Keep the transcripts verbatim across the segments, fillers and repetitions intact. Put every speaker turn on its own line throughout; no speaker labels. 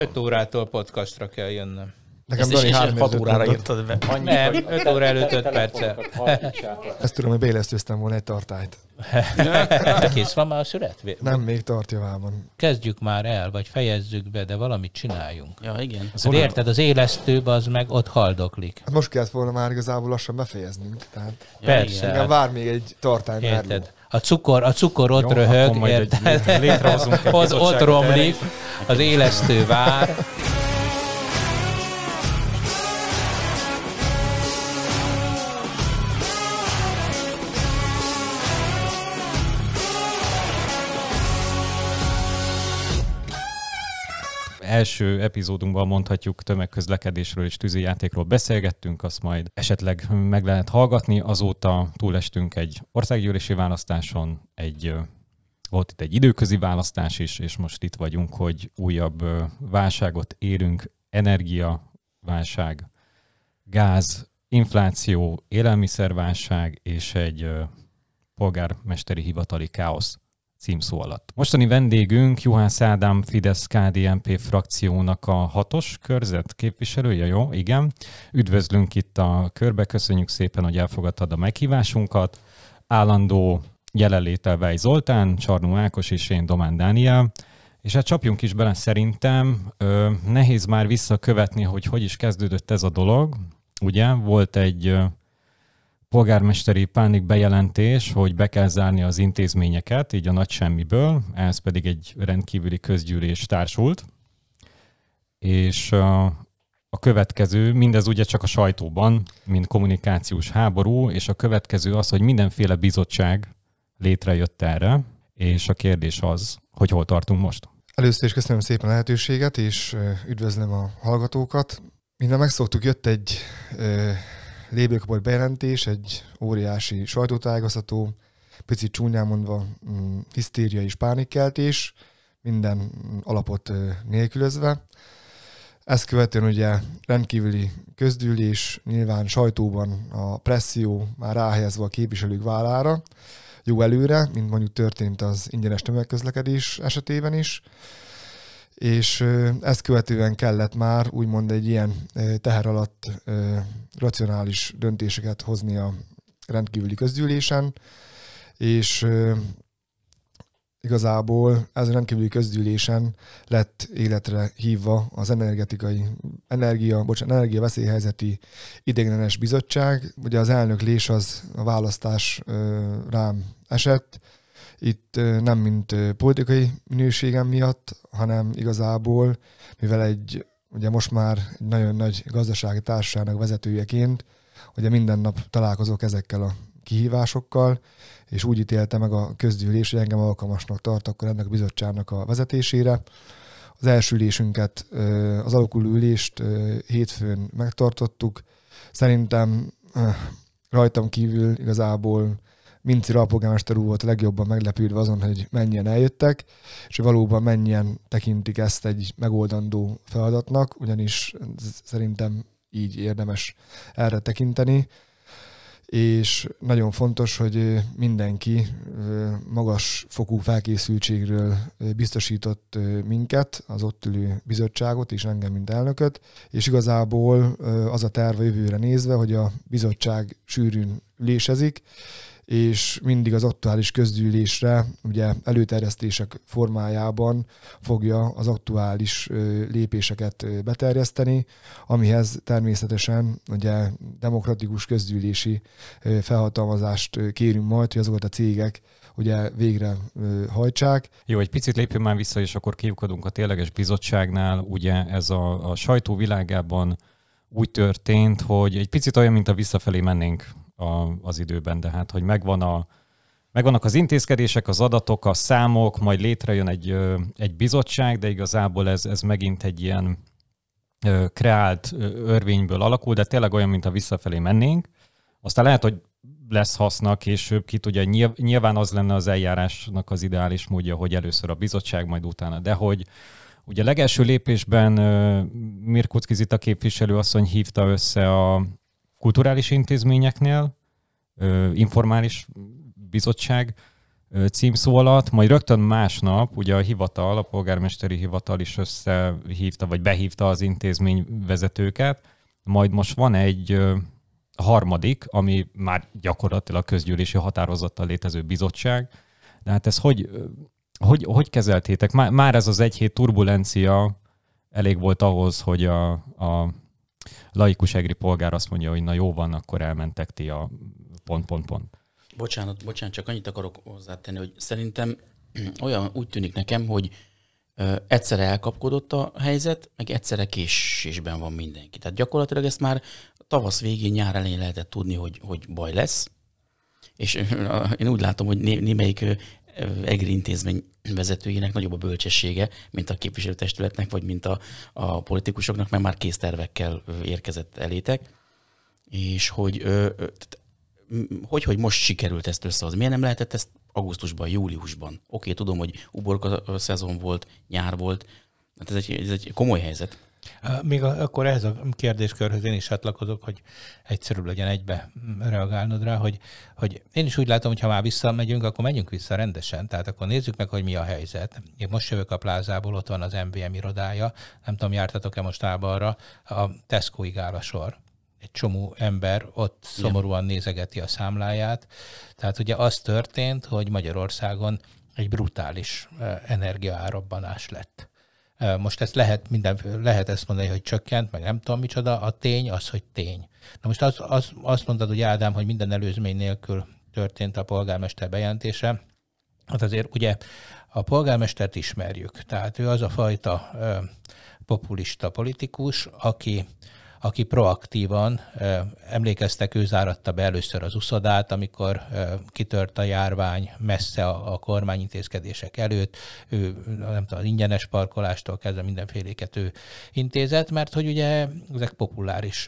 öt órától podcastra kell jönnöm.
Nekem Dani hat órára írtad be.
Annyi, nem, öt óra előtt öt perccel.
Ezt tudom, hogy beélesztőztem volna egy tartályt.
Kész van már a szüret?
Nem, még tart javában.
Kezdjük már el, vagy fejezzük be, de valamit csináljunk.
Ja, igen.
Hát érted, az élesztőbb az meg ott haldoklik.
Hát most kellett volna már igazából lassan befejeznünk. Tehát
persze.
Igen, vár még egy tartály merló.
A cukor, a cukor ott jó, röhög, érted? Ott, ott romlik, az élesztő vár.
Első epizódunkban mondhatjuk tömegközlekedésről és tűzijátékról beszélgettünk, azt majd esetleg meg lehet hallgatni. Azóta túlestünk egy országgyűlési választáson, egy, volt itt egy időközi választás is, és most itt vagyunk, hogy újabb válságot érünk, energiaválság, gáz, infláció, élelmiszerválság és egy polgármesteri hivatali káosz címszó alatt. Mostani vendégünk Juhász Ádám, Fidesz-ká dé en pé frakciónak a hatos körzet képviselője, jó? Igen. Üdvözlünk itt a körbe, köszönjük szépen, hogy elfogadtad a meghívásunkat. Állandó jelenléttel Vej Zoltán, Csarnó Ákos és én, Domán Dániel. És hát csapjunk is bele, szerintem ö, nehéz már visszakövetni, hogy hogy is kezdődött ez a dolog. Ugye volt egy ö, polgármesteri pánik bejelentés, hogy be kell zárni az intézményeket, így a nagy semmiből, ehhez pedig egy rendkívüli közgyűlés társult. És a, a következő, mindez ugye csak a sajtóban, mint kommunikációs háború, és a következő az, hogy mindenféle bizottság létrejött erre, és a kérdés az, hogy hol tartunk most.
Először is köszönöm szépen a lehetőséget, és üdvözlöm a hallgatókat. Minden megszoktuk, jött egy lébőkapott bejelentés, egy óriási sajtótájékoztató, picit csúnyán mondva hisztéria és pánikkeltés, minden alapot nélkülözve. Ezt követően ugye rendkívüli közgyűlés, nyilván sajtóban a presszió már ráhelyezve a képviselők vállára, jó előre, mint mondjuk történt az ingyenes tömegközlekedés esetében is, és ezt követően kellett már úgymond egy ilyen teher alatt racionális döntéseket hozni a rendkívüli közgyűlésen, és igazából ez a rendkívüli közgyűlésen lett életre hívva az energetikai, energia, bocsánat, energiaveszélyhelyzeti ideiglenes bizottság. Ugye az elnöklés az a választás rám esett, itt nem mint politikai minőségem miatt, hanem igazából, mivel egy, ugye most már egy nagyon nagy gazdasági társaságnak vezetőjeként, ugye minden nap találkozok ezekkel a kihívásokkal, és úgy ítélte meg a közgyűlés, hogy engem alkalmasnak tart akkor ennek a bizottságnak a vezetésére. Az első ülésünket, az alakuló ülést hétfőn megtartottuk. Szerintem rajtam kívül igazából Minci alpolgármester úr volt a legjobban meglepődve azon, hogy mennyien eljöttek, és valóban mennyien tekintik ezt egy megoldandó feladatnak, ugyanis szerintem így érdemes erre tekinteni, és nagyon fontos, hogy mindenki magas fokú felkészültségről biztosított minket, az ott ülő bizottságot és engem, mint elnököt, és igazából az a terv a jövőre nézve, hogy a bizottság sűrűn ülésezik, és mindig az aktuális közgyűlésre ugye előterjesztések formájában fogja az aktuális lépéseket beterjeszteni, amihez természetesen ugye demokratikus közgyűlési felhatalmazást kérünk majd, hogy azokat a cégek ugye végre hajtsák.
Jó, egy picit lépjünk már vissza, és akkor kiukadunk a tényleges bizottságnál. Ugye ez a, a sajtó világában úgy történt, hogy egy picit olyan, mint a visszafelé mennénk az időben, de hát, hogy megvan a, megvannak az intézkedések, az adatok, a számok, majd létrejön egy, egy bizottság, de igazából ez, ez megint egy ilyen kreált örvényből alakul, de tényleg olyan, mint a visszafelé mennénk. Aztán lehet, hogy lesz haszna később, ki tudja, nyilván az lenne az eljárásnak az ideális módja, hogy először a bizottság, majd utána, de hogy ugye a legelső lépésben Mirkóczky Zita képviselő asszony hívta össze a kulturális intézményeknél, informális bizottság címszó alatt, majd rögtön másnap ugye a hivatal, a polgármesteri hivatal is összehívta, vagy behívta az intézményvezetőket, majd most van egy harmadik, ami már gyakorlatilag közgyűlési határozattal létező bizottság. De hát ez hogy, hogy, hogy kezeltétek? Már, már ez az egy hét turbulencia elég volt ahhoz, hogy a, a laikus egri polgár azt mondja, hogy na jó van, akkor elmentek ti a pont, pont, pont.
Bocsánat, bocsánat, csak annyit akarok hozzátenni, hogy szerintem olyan úgy tűnik nekem, hogy ö, egyszerre elkapkodott a helyzet, meg egyszerre késésben van mindenki. Tehát gyakorlatilag ezt már tavasz végén, nyár elején lehetett tudni, hogy, hogy baj lesz. És ö, én úgy látom, hogy né, némelyik ö, egri intézmény vezetőjének nagyobb a bölcsessége, mint a képviselőtestületnek, vagy mint a, a politikusoknak, mert már kész tervekkel érkezett elétek. És hogy ö, ö, Hogy, hogy most sikerült ezt összehozni? Miért nem lehetett ezt augusztusban, júliusban? Oké, tudom, hogy uborka szezon volt, nyár volt, hát ez egy, ez egy komoly helyzet.
Még akkor ehhez a kérdéskörhöz én is csatlakozok, hogy egyszerűbb legyen egybe reagálnod rá, hogy, hogy én is úgy látom, hogy ha már visszamegyünk, akkor menjünk vissza rendesen. Tehát akkor nézzük meg, hogy mi a helyzet. Én most jövök a plázából, ott van az em vé em irodája, nem tudom, jártatok-e most arra, a Tesco-ig áll a sor. Egy csomó ember ott szomorúan nézegeti a számláját. Tehát ugye az történt, hogy Magyarországon egy brutális energiaárabbanás lett. Most ezt lehet, minden, lehet ezt mondani, hogy csökkent, meg nem tudom micsoda, a tény az, hogy tény. Na most az, az, azt mondtad, hogy Ádám, hogy minden előzmény nélkül történt a polgármester bejelentése. Hát azért ugye a polgármestert ismerjük. Tehát ő az a fajta ö, populista politikus, aki aki proaktívan, emlékeztek, ő záratta be először az uszodát, amikor kitört a járvány messze a, a kormányintézkedések előtt, ő nem tudom, az ingyenes parkolástól kezdve mindenféléket ő intézett, mert hogy ugye ezek populáris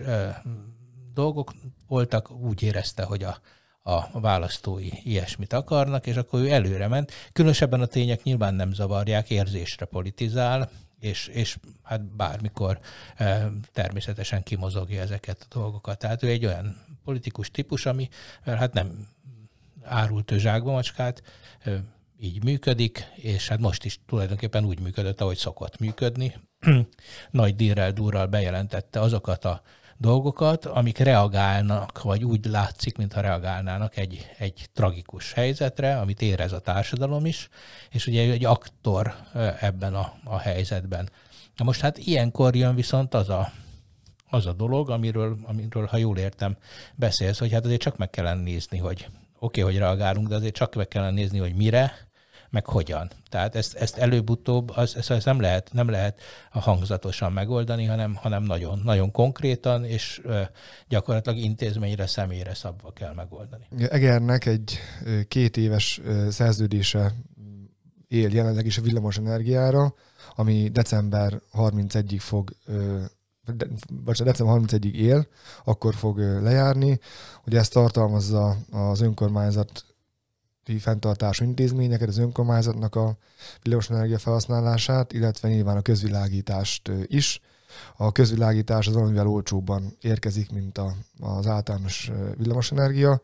dolgok voltak, úgy érezte, hogy a, a választói ilyesmit akarnak, és akkor ő előre ment. Különösebben a tények nyilván nem zavarják, érzésre politizál, És, és hát bármikor e, természetesen kimozogja ezeket a dolgokat. Tehát ő egy olyan politikus típus, ami hát nem árult ő zsákba macskát, e, így működik, és hát most is tulajdonképpen úgy működött, ahogy szokott működni. Nagy dírrel, durral bejelentette azokat a dolgokat, amik reagálnak, vagy úgy látszik, mintha reagálnának egy, egy tragikus helyzetre, amit érez a társadalom is, és ugye egy aktor ebben a, a helyzetben. Na most hát ilyenkor jön viszont az a, az a dolog, amiről, amiről, ha jól értem, beszélsz, hogy hát azért csak meg kellene nézni, hogy oké, okay, hogy reagálunk, de azért csak meg kellene nézni, hogy mire, meg hogyan. Tehát ezt, ezt előbb-utóbb az, ezt, ezt nem lehet, nem lehet hangzatosan megoldani, hanem, hanem nagyon, nagyon konkrétan, és ö, gyakorlatilag intézményre, személyre szabva kell megoldani.
Egernek egy két éves szerződése él jelenleg is a villamos energiára, ami december harmincegyedikéig fog, de, vagy december harmincegyedikéig él, akkor fog lejárni. Ugye ezt tartalmazza az önkormányzat fenntartású intézményeket, az önkormányzatnak a villamosenergia felhasználását, illetve nyilván a közvilágítást is. A közvilágítás az valamivel olcsóbban érkezik, mint a, az általános villamosenergia.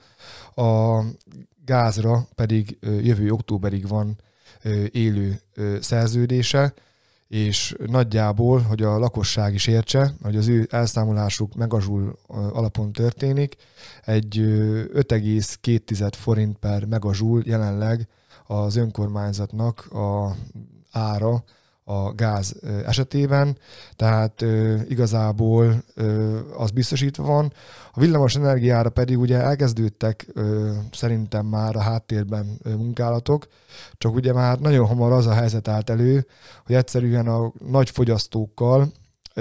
A gázra pedig jövő októberig van élő szerződése, és nagyjából, hogy a lakosság is értse, hogy az ő elszámolásuk megazsul alapon történik, egy öt egész két forint per megazsul jelenleg az önkormányzatnak a ára a gáz esetében, tehát igazából az biztosítva van. A villamos energiára pedig ugye elkezdődtek szerintem már a háttérben munkálatok, csak ugye már nagyon hamar az a helyzet állt elő, hogy egyszerűen a nagy fogyasztókkal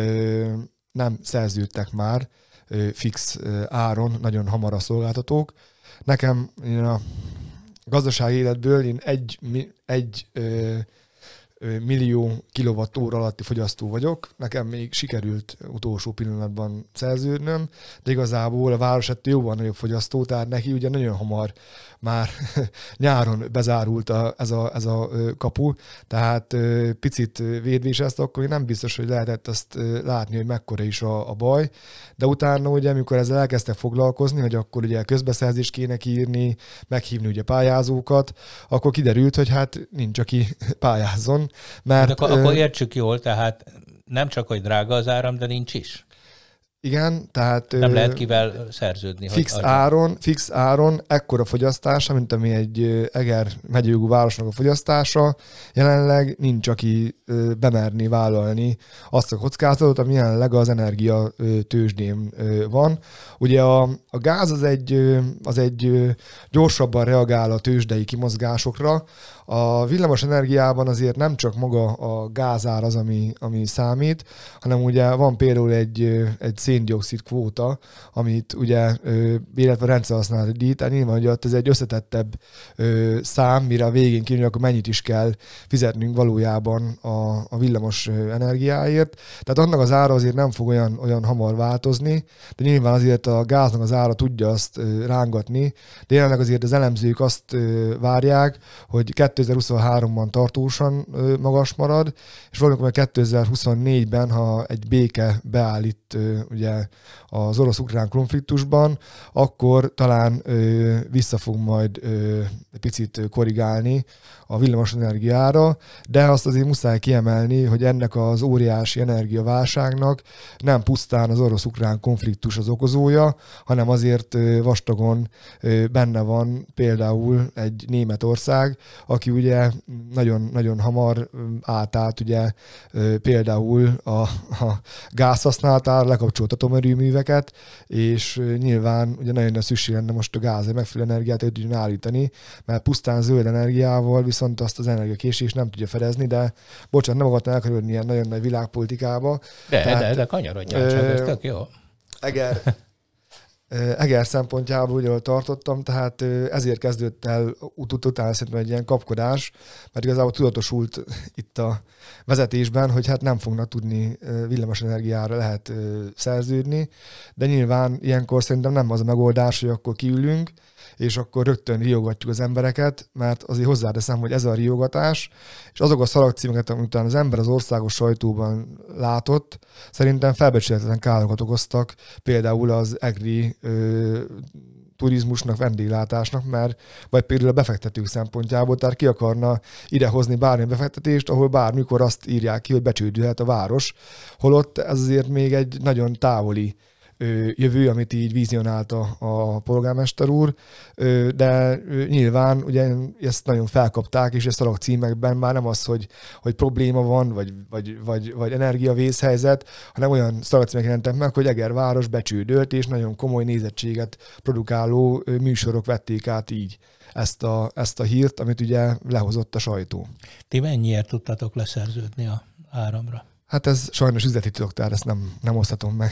nem szerződtek már fix áron nagyon hamar a szolgáltatók. Nekem én a gazdasági életből én egy, egy millió kilovattóra alatti fogyasztó vagyok. Nekem még sikerült utolsó pillanatban szerződnöm, de igazából a város ettől jóval nagyobb fogyasztó, tehát neki ugye nagyon hamar már nyáron bezárult a, ez, a, ez a kapu, tehát picit védvés ezt, akkor nem biztos, hogy lehetett azt látni, hogy mekkora is a, a baj, de utána ugye, amikor ezzel elkezdtek foglalkozni, hogy akkor ugye közbeszerzést kéne kiírni, meghívni ugye pályázókat, akkor kiderült, hogy hát nincs, aki pályázzon. Mert,
akkor, ö... akkor értsük jól, tehát nem csak, hogy drága az áram, de nincs is.
Igen, tehát...
Nem lehet kivel szerződni.
Fix áron, fix áron ekkora fogyasztása, mint ami egy Eger megyőjogú városnak a fogyasztása, jelenleg nincs, aki bemerni vállalni azt a kockázatot, ami jelenleg az energia tőzsdén van. Ugye a, a gáz az egy, az egy gyorsabban reagál a tőzsdei kimozgásokra. A villamos energiában azért nem csak maga a gázár az, ami, ami számít, hanem ugye van például egy, egy széndioxid kvóta, amit ugye, illetve rendszerhasználati díj, tehát nyilván, hogy ez egy összetettebb szám, mire a végén kijön, akkor mennyit is kell fizetnünk valójában a, a villamos energiáért. Tehát annak az ára azért nem fog olyan, olyan hamar változni, de nyilván azért a gáznak az ára tudja azt rángatni, de jelenleg azért az elemzők azt várják, hogy kétezer-huszonháromban tartósan magas marad, és valamikor kétezer-huszonnégyben, ha egy béke beállít ugye az orosz-ukrán konfliktusban, akkor talán vissza fog majd egy picit korrigálni a villamos energiára, de azt azért muszáj kiemelni, hogy ennek az óriási energiaválságnak nem pusztán az orosz-ukrán konfliktus az okozója, hanem azért vastagon benne van például egy Németország, aki ugye nagyon-nagyon hamar átállt ugye például a, a gázhasználatára, lekapcsolt atomerőműveket, és nyilván ugye nagyon nagy szükség lenne most a gázra megfelelő energiát el tudjon állítani, mert pusztán zöld energiával viszont azt az energiakésést nem tudja fedezni, de bocsánat, nem akartam elkerülni ilyen nagyon nagy világpolitikába.
De, Tehát, de, de kanyarodjál csak, ez tök jó.
Eger, Eger szempontjából ugye tartottam, tehát ezért kezdődött el ut- utána szerintem egy ilyen kapkodás, mert igazából tudatosult itt a vezetésben, hogy hát nem fognak tudni villamos energiára lehet szerződni, de nyilván ilyenkor szerintem nem az a megoldás, hogy akkor kiülünk, és akkor rögtön riogatjuk az embereket, mert azért hozzáteszem, hogy ez a riogatás, és azok a szalagcímeket, amit az ember az országos sajtóban látott, szerintem felbecsületlen károkat okoztak, például az egri ö, turizmusnak, vendéglátásnak, mert vagy például a befektetők szempontjából, tehát ki akarna idehozni bármilyen befektetést, ahol bármikor azt írják ki, hogy becsődülhet a város, holott ez azért még egy nagyon távoli jövő, amit így vizionálta a polgármester úr, de nyilván ugye ezt nagyon felkapták, és ezt a címekben már nem az, hogy, hogy probléma van, vagy, vagy, vagy, vagy energiavészhelyzet, hanem olyan szalagcímek jelentek meg, hogy Egerváros becsődölt, és nagyon komoly nézettséget produkáló műsorok vették át így ezt a, ezt a hírt, amit ugye lehozott a sajtó.
Ti mennyiért tudtatok leszerződni a áramra?
Hát ez sajnos üzleti titok, tehát ezt nem, nem osztatom meg.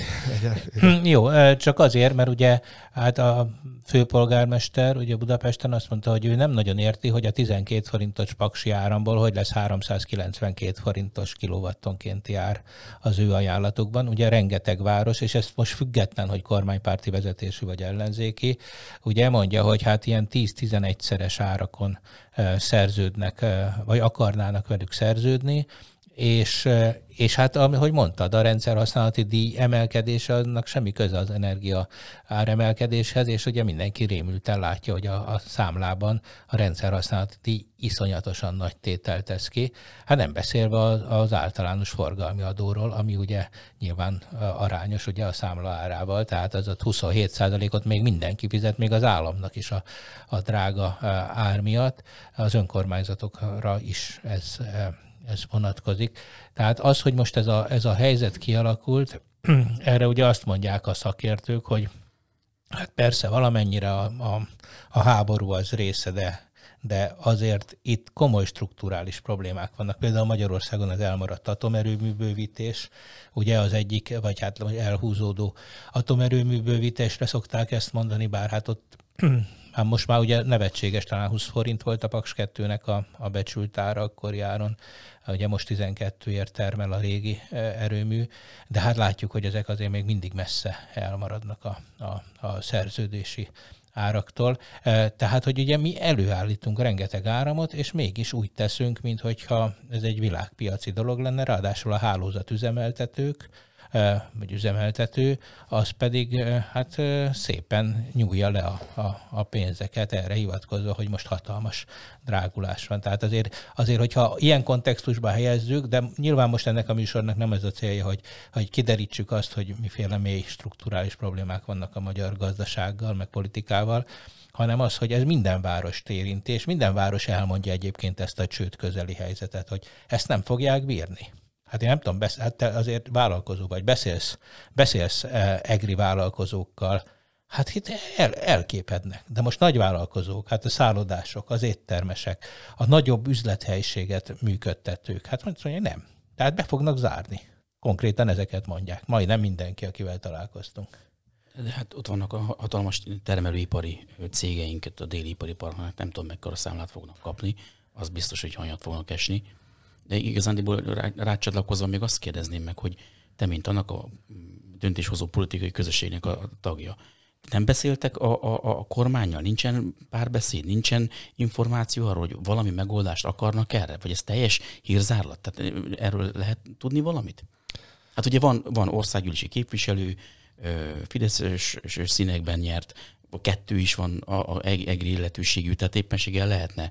Jó, csak azért, mert ugye hát a főpolgármester ugye Budapesten azt mondta, hogy ő nem nagyon érti, hogy a tizenkét forintos paksi áramból hogy lesz háromszázkilencvenkét forintos kilowattonkénti ár az ő ajánlatukban. Ugye rengeteg város, és ezt most független, hogy kormánypárti vezetésű vagy ellenzéki, ugye mondja, hogy hát ilyen tíz-tizenegyszeres árakon szerződnek, vagy akarnának velük szerződni, És, és hát, ahogy mondtad, a rendszerhasználati díj emelkedése, annak semmi köze az energia áremelkedéshez, és ugye mindenki rémülten látja, hogy a, a számlában a rendszerhasználati díj iszonyatosan nagy tételt tesz ki. Hát nem beszélve az, az általános forgalmi adóról, ami ugye nyilván arányos ugye a számla árával, tehát az a huszonhét százalékot még mindenki fizet, még az államnak is a, a drága ár miatt, az önkormányzatokra is ez ez vonatkozik. Tehát az, hogy most ez a, ez a helyzet kialakult, erre ugye azt mondják a szakértők, hogy hát persze valamennyire a, a, a háború az része, de, de azért itt komoly strukturális problémák vannak. Például Magyarországon az elmaradt atomerőműbővítés, ugye az egyik, vagy hát elhúzódó atomerőműbővítésre szokták ezt mondani, bár hát ott ám most már ugye nevetséges, talán húsz forint volt a Paks kettőnek a, a becsült ára akkori áron, ugye most tizenkettőért termel a régi erőmű, de hát látjuk, hogy ezek azért még mindig messze elmaradnak a, a, a szerződési áraktól. Tehát, hogy ugye mi előállítunk rengeteg áramot, és mégis úgy teszünk, minthogyha ez egy világpiaci dolog lenne, ráadásul a hálózat üzemeltetők, vagy üzemeltető, az pedig hát szépen nyúlja le a, a, a pénzeket erre hivatkozva, hogy most hatalmas drágulás van. Tehát azért, azért, hogyha ilyen kontextusba helyezzük, de nyilván most ennek a műsornak nem ez a célja, hogy, hogy kiderítsük azt, hogy miféle mély strukturális problémák vannak a magyar gazdasággal, meg politikával, hanem az, hogy ez minden várost érinti, és minden város elmondja egyébként ezt a csőd közeli helyzetet, hogy ezt nem fogják bírni. Hát én nem tudom, besz- hát te azért vállalkozó vagy, beszélsz, beszélsz eh, egri vállalkozókkal, hát itt el, elképednek. De most nagy vállalkozók, hát a szállodások, az éttermesek, a nagyobb üzlethelyiséget működtetők, hát mondja, nem. Tehát be fognak zárni. Konkrétan ezeket mondják. Majdnem mindenki, akivel találkoztunk.
De hát ott vannak a hatalmas termelőipari cégeink, a déli ipari parknak, nem tudom, mekkora számlát fognak kapni, az biztos, hogy hanyat fognak esni. De igazándiból rá, rácsatlakozva még azt kérdezném meg, hogy te, mint annak a döntéshozó politikai közösségnek a tagja, nem beszéltek a, a, a kormánnyal? Nincsen párbeszéd? Nincsen információ arról, hogy valami megoldást akarnak erre? Vagy ez teljes hírzárlat? Tehát erről lehet tudni valamit? Hát ugye van, van országgyűlési képviselő, fideszes színekben nyert, kettő is van a, a egri illetőségű, tehát éppenséggel lehetne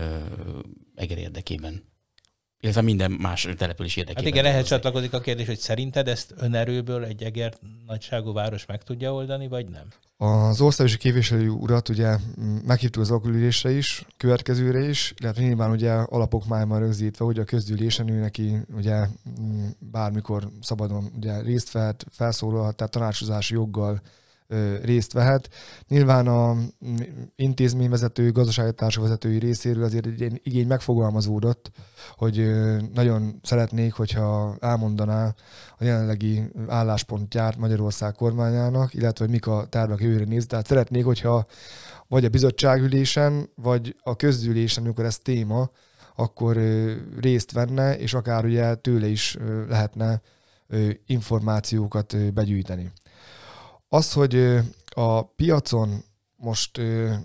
Eger érdekében, illetve minden más település érdekében.
Hát igen, ehhez csatlakozik a kérdés, hogy szerinted ezt önerőből egy Eger nagyságú város meg tudja oldani, vagy nem?
Az országosi képviselő urat ugye meghívtuk az alkulülésre is, következőre is, illetve nyilván ugye alapok már már rögzítve, hogy a közgyűlésen ő neki ugye bármikor szabadon ugye részt vehet, felszólalhat, tehát tanácskozási joggal részt vehet. Nyilván a intézményvezető, gazdasági társavezetői részéről azért egy igény megfogalmazódott, hogy nagyon szeretnék, hogyha elmondaná a jelenlegi álláspontját Magyarország kormányának, illetve hogy mik a tervek jövőre néz. Tehát szeretnék, hogyha vagy a bizottságülésen, vagy a közgyűlésen, amikor ez téma, akkor részt venne, és akár ugye tőle is lehetne információkat begyűjteni. Az, hogy a piacon most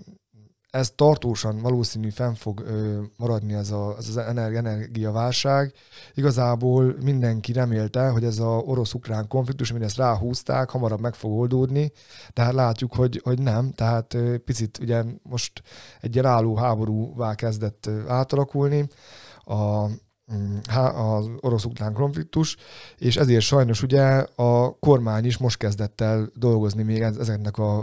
ez tartósan valószínű fenn fog maradni ez, a, ez az energiaválság, igazából mindenki remélte, hogy ez az orosz-ukrán konfliktus, amire ezt ráhúzták, hamarabb meg fog oldódni, tehát látjuk, hogy, hogy nem, tehát picit ugye most egy ilyen álló háborúvá kezdett átalakulni a az orosz-ukrán konfliktus, és ezért sajnos ugye a kormány is most kezdett el dolgozni még ezeknek a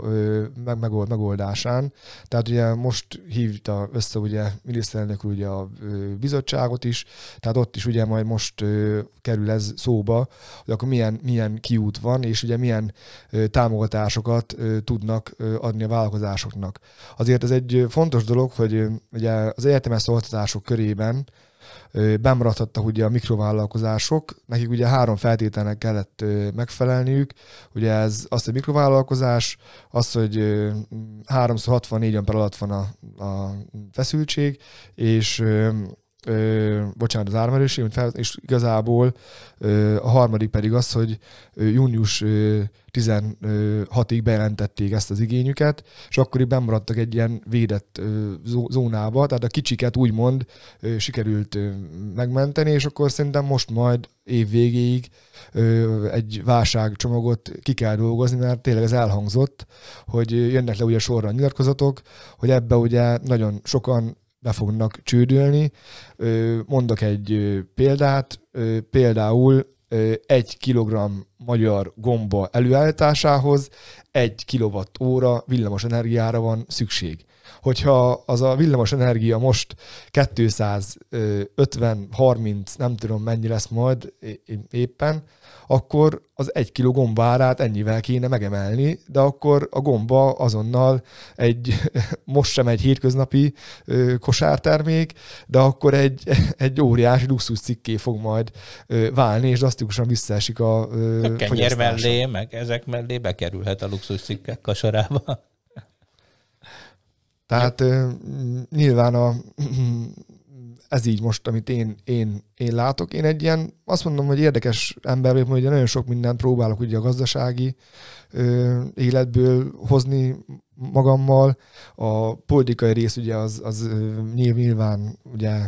megoldásán. Tehát ugye most hívta össze ugye miniszterelnök ugye a bizottságot is, tehát ott is ugye majd most kerül ez szóba, hogy akkor milyen, milyen kiút van, és ugye milyen támogatásokat tudnak adni a vállalkozásoknak. Azért ez egy fontos dolog, hogy ugye az egyetemes szolgáltatások körében bemaradhattak ugye a mikrovállalkozások, nekik ugye három feltételnek kellett megfelelniük, ugye ez az, hogy mikrovállalkozás, az, hogy háromszor hatvannégy amper alatt van a, a feszültség, és Ö, bocsánat, az áramerőség, és igazából ö, a harmadik pedig az, hogy ö, június tizenhatig bejelentették ezt az igényüket, és akkor így bemaradtak egy ilyen védett ö, zónába, tehát a kicsiket úgymond ö, sikerült ö, megmenteni, és akkor szerintem most majd év végéig ö, egy válságcsomagot ki kell dolgozni, mert tényleg ez elhangzott, hogy jönnek le ugye sorra a nyilatkozatok, hogy ebbe ugye nagyon sokan be fognak csődölni. Mondok egy példát, például egy kilogramm magyar gomba előállításához egy kilowatt-óra villamos energiára van szükség. Hogyha az a villamos energia most kétszázötven harminc, nem tudom mennyi lesz majd éppen, akkor az egy kiló gomba árát ennyivel kéne megemelni, de akkor a gomba azonnal egy, most sem egy hétköznapi ö, kosártermék, de akkor egy, egy óriási luxus cikké fog majd ö, válni, és drasztikusan visszaesik a ö,
a kenyér mellé, meg ezek mellé bekerülhet a luxus cikkek kosarába.
Tehát ö, nyilván a, ez így most, amit én, én, én látok. Én egy ilyen, azt mondom, hogy érdekes ember vagyok, hogy nagyon sok mindent próbálok ugye a gazdasági ö, életből hozni magammal. A politikai rész ugye az, az nyilván ugye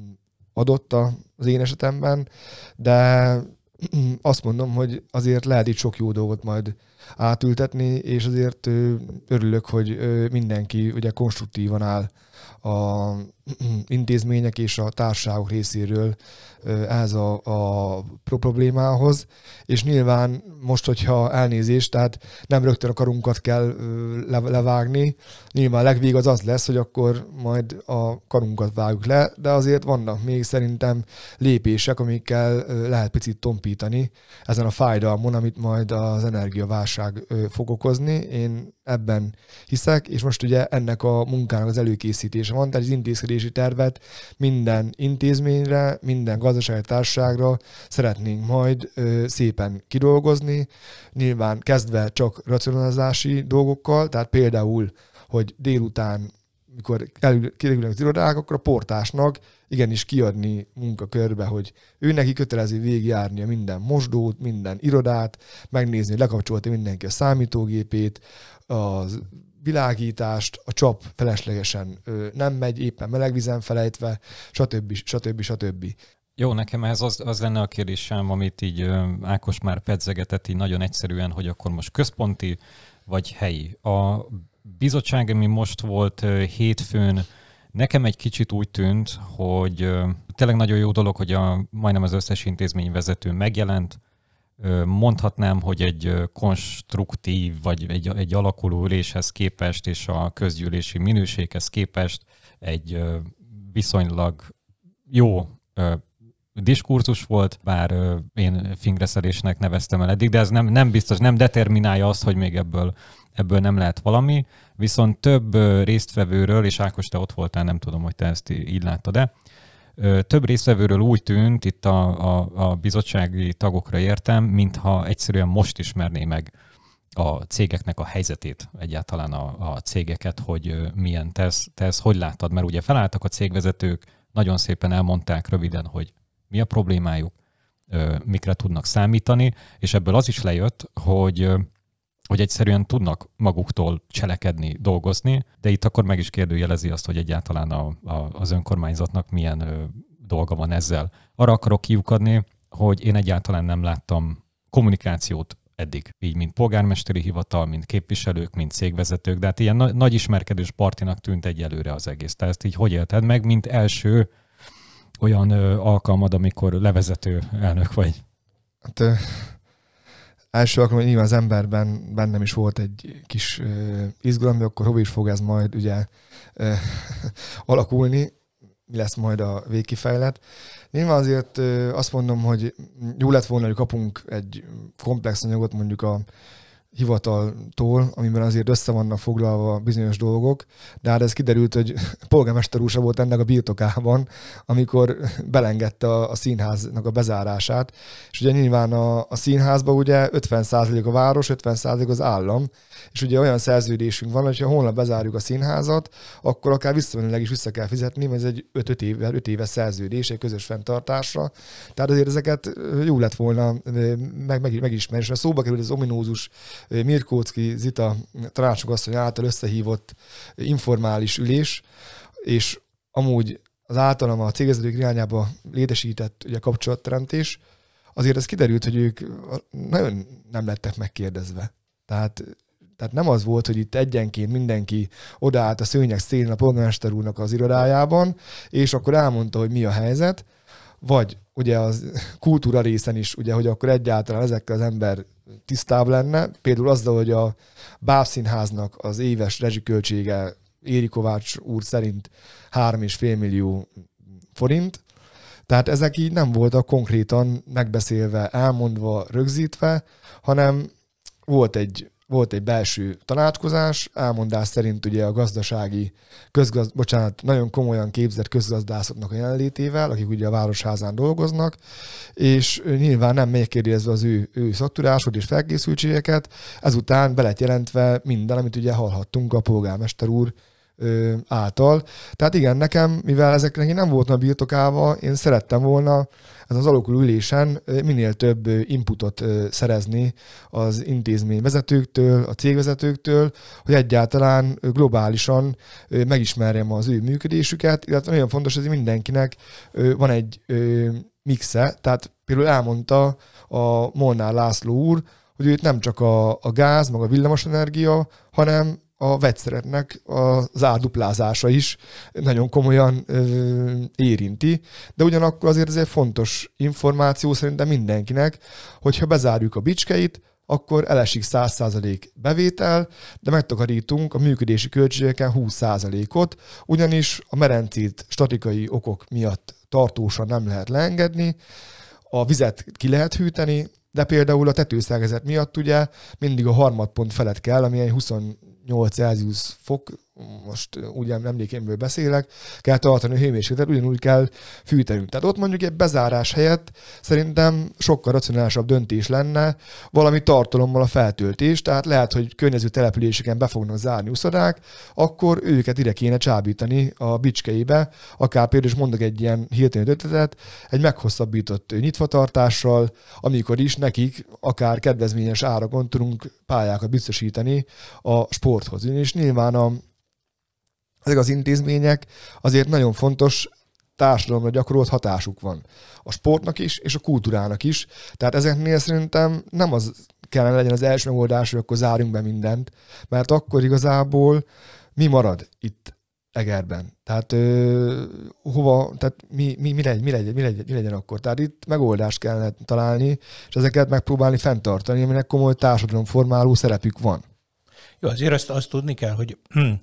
adott az én esetemben, de azt mondom, hogy azért lehet itt sok jó dolgot majd átültetni, és azért örülök, hogy mindenki ugye konstruktívan áll a intézmények és a társaságok részéről ehhez a, a problémához, és nyilván most, hogyha elnézést, tehát nem rögtön a karunkat kell levágni, nyilván a legvég az az lesz, hogy akkor majd a karunkat vágjuk le, de azért vannak még szerintem lépések, amikkel lehet picit tompítani ezen a fájdalmon, amit majd az energiaválság fog okozni. Én ebben hiszek, és most ugye ennek a munkának az előkészítése van, tehát az intézkedési tervet minden intézményre, minden gazdasági társaságra szeretnénk majd ö, szépen kidolgozni, nyilván kezdve csak racionalizási dolgokkal, tehát például, hogy délután, mikor kiderülnek az irodák, akkor a portásnak igenis kiadni munkakörbe, hogy ő neki kötelező végigjárnia minden mosdót, minden irodát, megnézni, hogy lekapcsolta mindenki a számítógépét, az világítást, a csap feleslegesen nem megy, éppen melegvízen felejtve, stb. stb. stb.
Jó, nekem ez az, az lenne a kérdésem, amit így Ákos már pedzegetett így nagyon egyszerűen, hogy akkor most központi vagy helyi. A bizottság, ami most volt hétfőn, nekem egy kicsit úgy tűnt, hogy tényleg nagyon jó dolog, hogy a, majdnem az összes intézmény vezető megjelent. Mondhatnám, hogy egy konstruktív, vagy egy, egy alakuló üléshez képest, és a közgyűlési minőséghez képest egy viszonylag jó diskurzus volt, bár én fingreszelésnek neveztem el eddig, de ez nem, nem biztos, nem determinálja azt, hogy még ebből, ebből nem lehet valami. Viszont több résztvevőről, és Ákos, te ott voltál, nem tudom, hogy te ezt így láttad-e, több résztvevőről úgy tűnt, itt a, a, a bizottsági tagokra értem, mintha egyszerűen most ismerné meg a cégeknek a helyzetét, egyáltalán a, a cégeket, hogy milyen. Te ezt, te ezt hogy láttad? Mert ugye felálltak a cégvezetők, nagyon szépen elmondták röviden, hogy mi a problémájuk, mikre tudnak számítani, és ebből az is lejött, hogy, hogy egyszerűen tudnak maguktól cselekedni, dolgozni, de itt akkor meg is kérdőjelezi azt, hogy egyáltalán a, a, az önkormányzatnak milyen ö, dolga van ezzel. Arra akarok kiukadni, hogy én egyáltalán nem láttam kommunikációt eddig, így mint polgármesteri hivatal, mint képviselők, mint cégvezetők, de hát ilyen na- nagy ismerkedős partinak tűnt egyelőre az egész. Tehát ezt így hogy élted meg, mint első olyan ö, alkalmad, amikor levezető elnök vagy?
Hát, ö, első alkalommal nyilván az emberben bennem is volt egy kis ö, izgalom, de akkor hova is fog ez majd ugye ö, alakulni, mi lesz majd a végkifejlet. Nyilván azért ö, azt mondom, hogy jó lett volna, hogy kapunk egy komplex anyagot mondjuk a hivataltól, amiben azért össze vannak foglalva bizonyos dolgok, de hát ez kiderült, hogy polgármester úr sem volt ennek a birtokában, amikor belengedte a, a színháznak a bezárását, és ugye nyilván a, a színházban ugye ötven százalék a város, ötven százalék az állam, és ugye olyan szerződésünk van, hogy ha holnap bezárjuk a színházat, akkor akár visszamenőleg is vissza kell fizetni, mert ez egy öt éve, öt éves szerződés, egy közös fenntartásra. Tehát azért ezeket jó lett volna meg, meg, megismerni, és mert szóba került az ominózus Mirkóczky Zita tanácsogasszony által összehívott informális ülés, és amúgy az általam a cégvezetők irányába létesített ugye, kapcsolatteremtés, azért ez kiderült, hogy ők nagyon nem lettek megkérdezve. Tehát, tehát nem az volt, hogy itt egyenként mindenki odaállt a szőnyeg szélén a polgármester úrnak az irodájában, és akkor elmondta, hogy mi a helyzet, vagy ugye az kultúra részen is, ugye, hogy akkor egyáltalán ezekkel az ember tisztább lenne. Például azzal, hogy a Bábszínháznak az éves rezsiköltsége Éri Kovács úr szerint három és fél millió forint. Tehát ezek így nem voltak konkrétan megbeszélve, elmondva, rögzítve, hanem volt egy, volt egy belső tanácskozás, elmondás szerint ugye a gazdasági, közgaz, bocsánat, nagyon komolyan képzett közgazdászoknak a jelenlétével, akik ugye a Városházán dolgoznak, és nyilván nem megkérdezve az ő, ő szaktudásod és felkészültségeket, ezután be lett jelentve minden, amit ugye hallhattunk a polgármester úr által. Tehát igen, nekem, mivel ezeknek én nem voltam birtokában, én szerettem volna ez az alakuló ülésen minél több inputot szerezni az intézmény vezetőktől, a cégvezetőktől, hogy egyáltalán globálisan megismerjem az ő működésüket, illetve nagyon fontos, hogy mindenkinek van egy mixe, tehát például elmondta a Molnár László úr, hogy őt nem csak a, a gáz, meg a villamosenergia, hanem a vegyszereknek az árduplázása is nagyon komolyan ö, érinti, de ugyanakkor azért ez egy fontos információ szerintem mindenkinek, hogyha bezárjuk a bicskeit, akkor elesik száz százalék bevétel, de megtakarítunk a működési költségeken húsz százalékot, ugyanis a merencét statikai okok miatt tartósan nem lehet leengedni, a vizet ki lehet hűteni, de például a tetőszerkezet miatt ugye mindig a harmadpont felett kell, ami egy huszonnyolc Celsius fok, most úgy emlékémből beszélek, kell tartani a hőmérsékletet, ugyanúgy kell fűtenünk. Tehát ott mondjuk egy bezárás helyett szerintem sokkal racionálisabb döntés lenne valami tartalommal a feltöltés, tehát lehet, hogy környező településeken be fognak zárni uszodák, akkor őket ide kéne csábítani a bicskeibe, akár például is mondok egy ilyen hirtelen ötletet, egy meghosszabbított nyitvatartással, amikor is nekik akár kedvezményes árakon tudunk pályákat biztosítani a sporthoz. És nyilván a ezek az intézmények azért nagyon fontos társadalomra gyakorolt hatásuk van. A sportnak is, és a kultúrának is. Tehát ezeknél szerintem nem az kellene legyen az első megoldás, hogy akkor zárjunk be mindent, mert akkor igazából mi marad itt Egerben? Tehát ö, hova, tehát mi, mi, mi, legyen, mi, legyen, mi, legyen, mi legyen akkor? Tehát itt megoldást kellene találni, és ezeket megpróbálni fenntartani, aminek komoly társadalomformáló szerepük van.
Jó, azért azt, azt tudni kell, hogy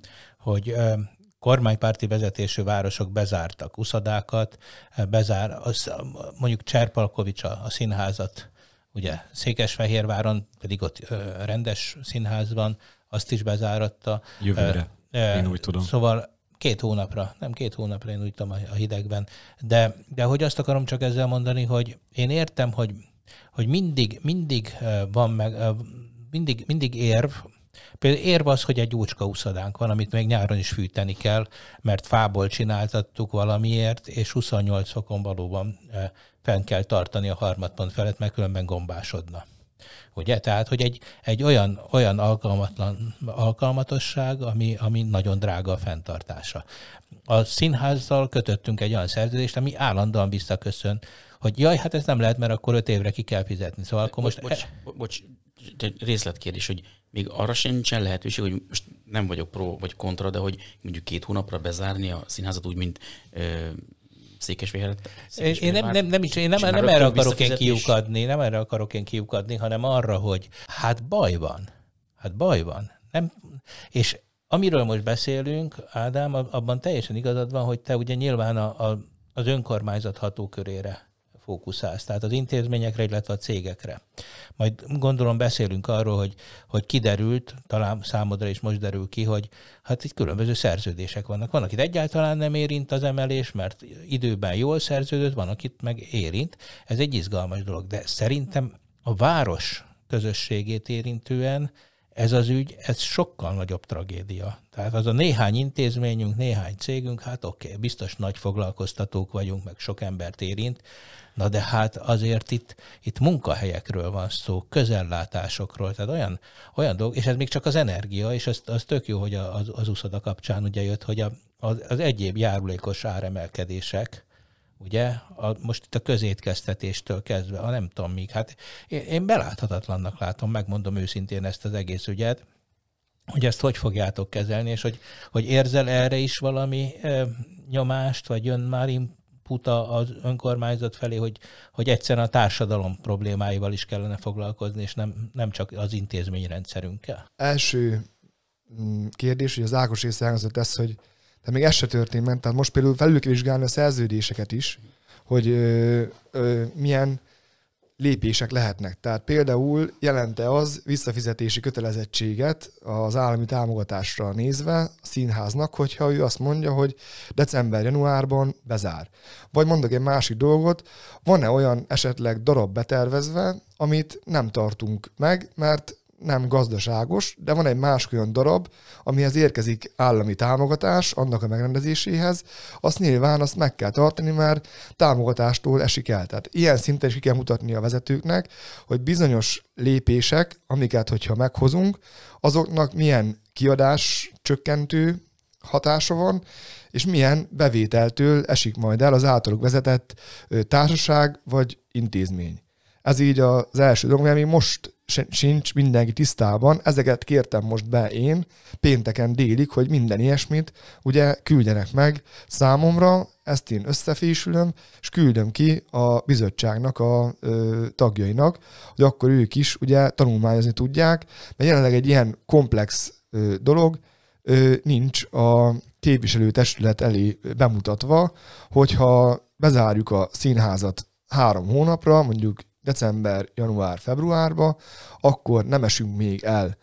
hogy kormánypárti vezetésű városok bezártak uszodákat, bezár, az, mondjuk Cserpalkovics a, a színházat, ugye Székesfehérváron pedig ott rendes színház van, azt is bezáratta.
Jövőre, e, én úgy tudom.
Szóval két hónapra, nem két hónapra, én úgy tudom a hidegben, de, de hogy azt akarom csak ezzel mondani, hogy én értem, hogy, hogy mindig, mindig van meg, mindig, mindig érv. Például érv az, hogy egy úcska uszodánk van, amit még nyáron is fűteni kell, mert fából csináltattuk valamiért, és huszonnyolc fokon valóban fenn kell tartani a harmadpont felett, mert különben gombásodna. Ugye? Tehát, hogy egy, egy olyan, olyan alkalmatlan alkalmatosság, ami, ami nagyon drága a fenntartása. A színházzal kötöttünk egy olyan szerződést, ami állandóan visszaköszön, hogy jaj, hát ez nem lehet, mert akkor öt évre ki kell fizetni. Szóval akkor most...
Bocs, bocs, bocs, részletkérdés, hogy még arra sem nincsen lehetőség, hogy most nem vagyok pro vagy kontra, de hogy mondjuk két hónapra bezárni a színházat úgy, mint ö, Székesfehérvárt.
Én nem, nem, nem, is, én nem, nem erre akarok én kiukadni, nem erre akarok én kiukadni, hanem arra, hogy hát baj van. Hát baj van. Nem, és amiről most beszélünk, Ádám, abban teljesen igazad van, hogy te ugye nyilván a, a, az önkormányzat hatókörére fókuszálsz, tehát az intézményekre, illetve a cégekre. Majd gondolom beszélünk arról, hogy, hogy kiderült, talán számodra is most derül ki, hogy hát itt különböző szerződések vannak. Van, akit egyáltalán nem érint az emelés, mert időben jól szerződött, van, akit meg érint. Ez egy izgalmas dolog, de szerintem a város közösségét érintően ez az ügy, ez sokkal nagyobb tragédia. Tehát az a néhány intézményünk, néhány cégünk, hát oké, okay, biztos nagy foglalkoztatók vagyunk, meg sok embert érint, na de hát azért itt, itt munkahelyekről van szó, közellátásokról, tehát olyan, olyan dolgok, és ez még csak az energia, és az, az tök jó, hogy az, az uszoda kapcsán ugye jött, hogy a, az, az egyéb járulékos áremelkedések, ugye, a, most itt a közétkeztetéstől kezdve, a nem tudom míg, hát én, én beláthatatlannak látom, megmondom őszintén ezt az egész ügyet, hogy ezt hogy fogjátok kezelni, és hogy, hogy érzel erre is valami e, nyomást, vagy jön már input az önkormányzat felé, hogy, hogy egyszerűen a társadalom problémáival is kellene foglalkozni, és nem, nem csak az intézményrendszerünkkel.
Első kérdés, hogy az Ákos észreágazott ez, hogy de még ez se történt meg, tehát most például felül kell vizsgálni a szerződéseket is, hogy ö, ö, milyen lépések lehetnek. Tehát például jelente az visszafizetési kötelezettséget az állami támogatásra nézve a színháznak, hogyha ő azt mondja, hogy december-januárban bezár. Vagy mondok egy másik dolgot, van-e olyan esetleg darab betervezve, amit nem tartunk meg, mert nem gazdaságos, de van egy másik olyan darab, amihez érkezik állami támogatás annak a megrendezéséhez, azt nyilván azt meg kell tartani, mert támogatástól esik el. Tehát ilyen szinten is ki kell mutatni a vezetőknek, hogy bizonyos lépések, amiket, hogyha meghozunk, azoknak milyen kiadás csökkentő hatása van, és milyen bevételtől esik majd el az általuk vezetett társaság vagy intézmény. Ez így az első dolog, ami most sincs mindenki tisztában. Ezeket kértem most be én pénteken délig, hogy minden ilyesmit ugye küldjenek meg számomra, ezt én összefésülöm, és küldöm ki a bizottságnak a ö, tagjainak, hogy akkor ők is ugye tanulmányozni tudják, mert jelenleg egy ilyen komplex ö, dolog ö, nincs a képviselőtestület elé bemutatva, hogyha bezárjuk a színházat három hónapra, mondjuk december, január, februárba, akkor nem esünk még el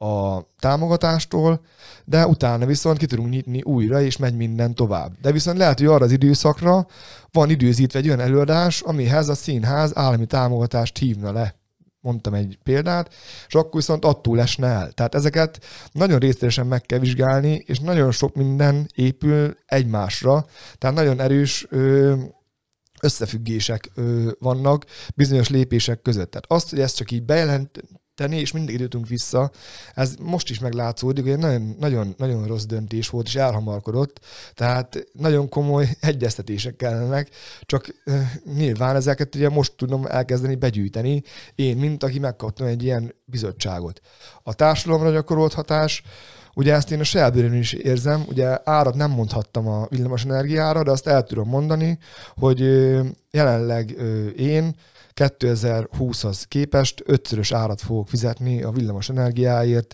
a támogatástól, de utána viszont ki tudunk nyitni újra, és megy minden tovább. De viszont lehet, hogy arra az időszakra van időzítve egy olyan előadás, amihez a színház állami támogatást hívna le. Mondtam egy példát, és akkor viszont attól esne el. Tehát ezeket nagyon részletesen meg kell vizsgálni, és nagyon sok minden épül egymásra. Tehát nagyon erős ö, összefüggések ö, vannak bizonyos lépések között. Tehát azt, hogy ezt csak így bejelenteni, és mindig időtünk vissza, ez most is meglátszódik, hogy egy nagyon, nagyon, nagyon rossz döntés volt, és elhamarkodott, tehát nagyon komoly egyeztetések kellenek, csak ö, nyilván ezeket ugye most tudom elkezdeni begyűjteni, én, mint aki megkaptam egy ilyen bizottságot. A társadalomra gyakorolt hatás, ugye ezt én a saját bőrön is érzem, ugye árat nem mondhattam a villamos energiára, de azt el tudom mondani, hogy jelenleg én kétezer-húszhoz képest ötszörös árat fogok fizetni a villamos energiáért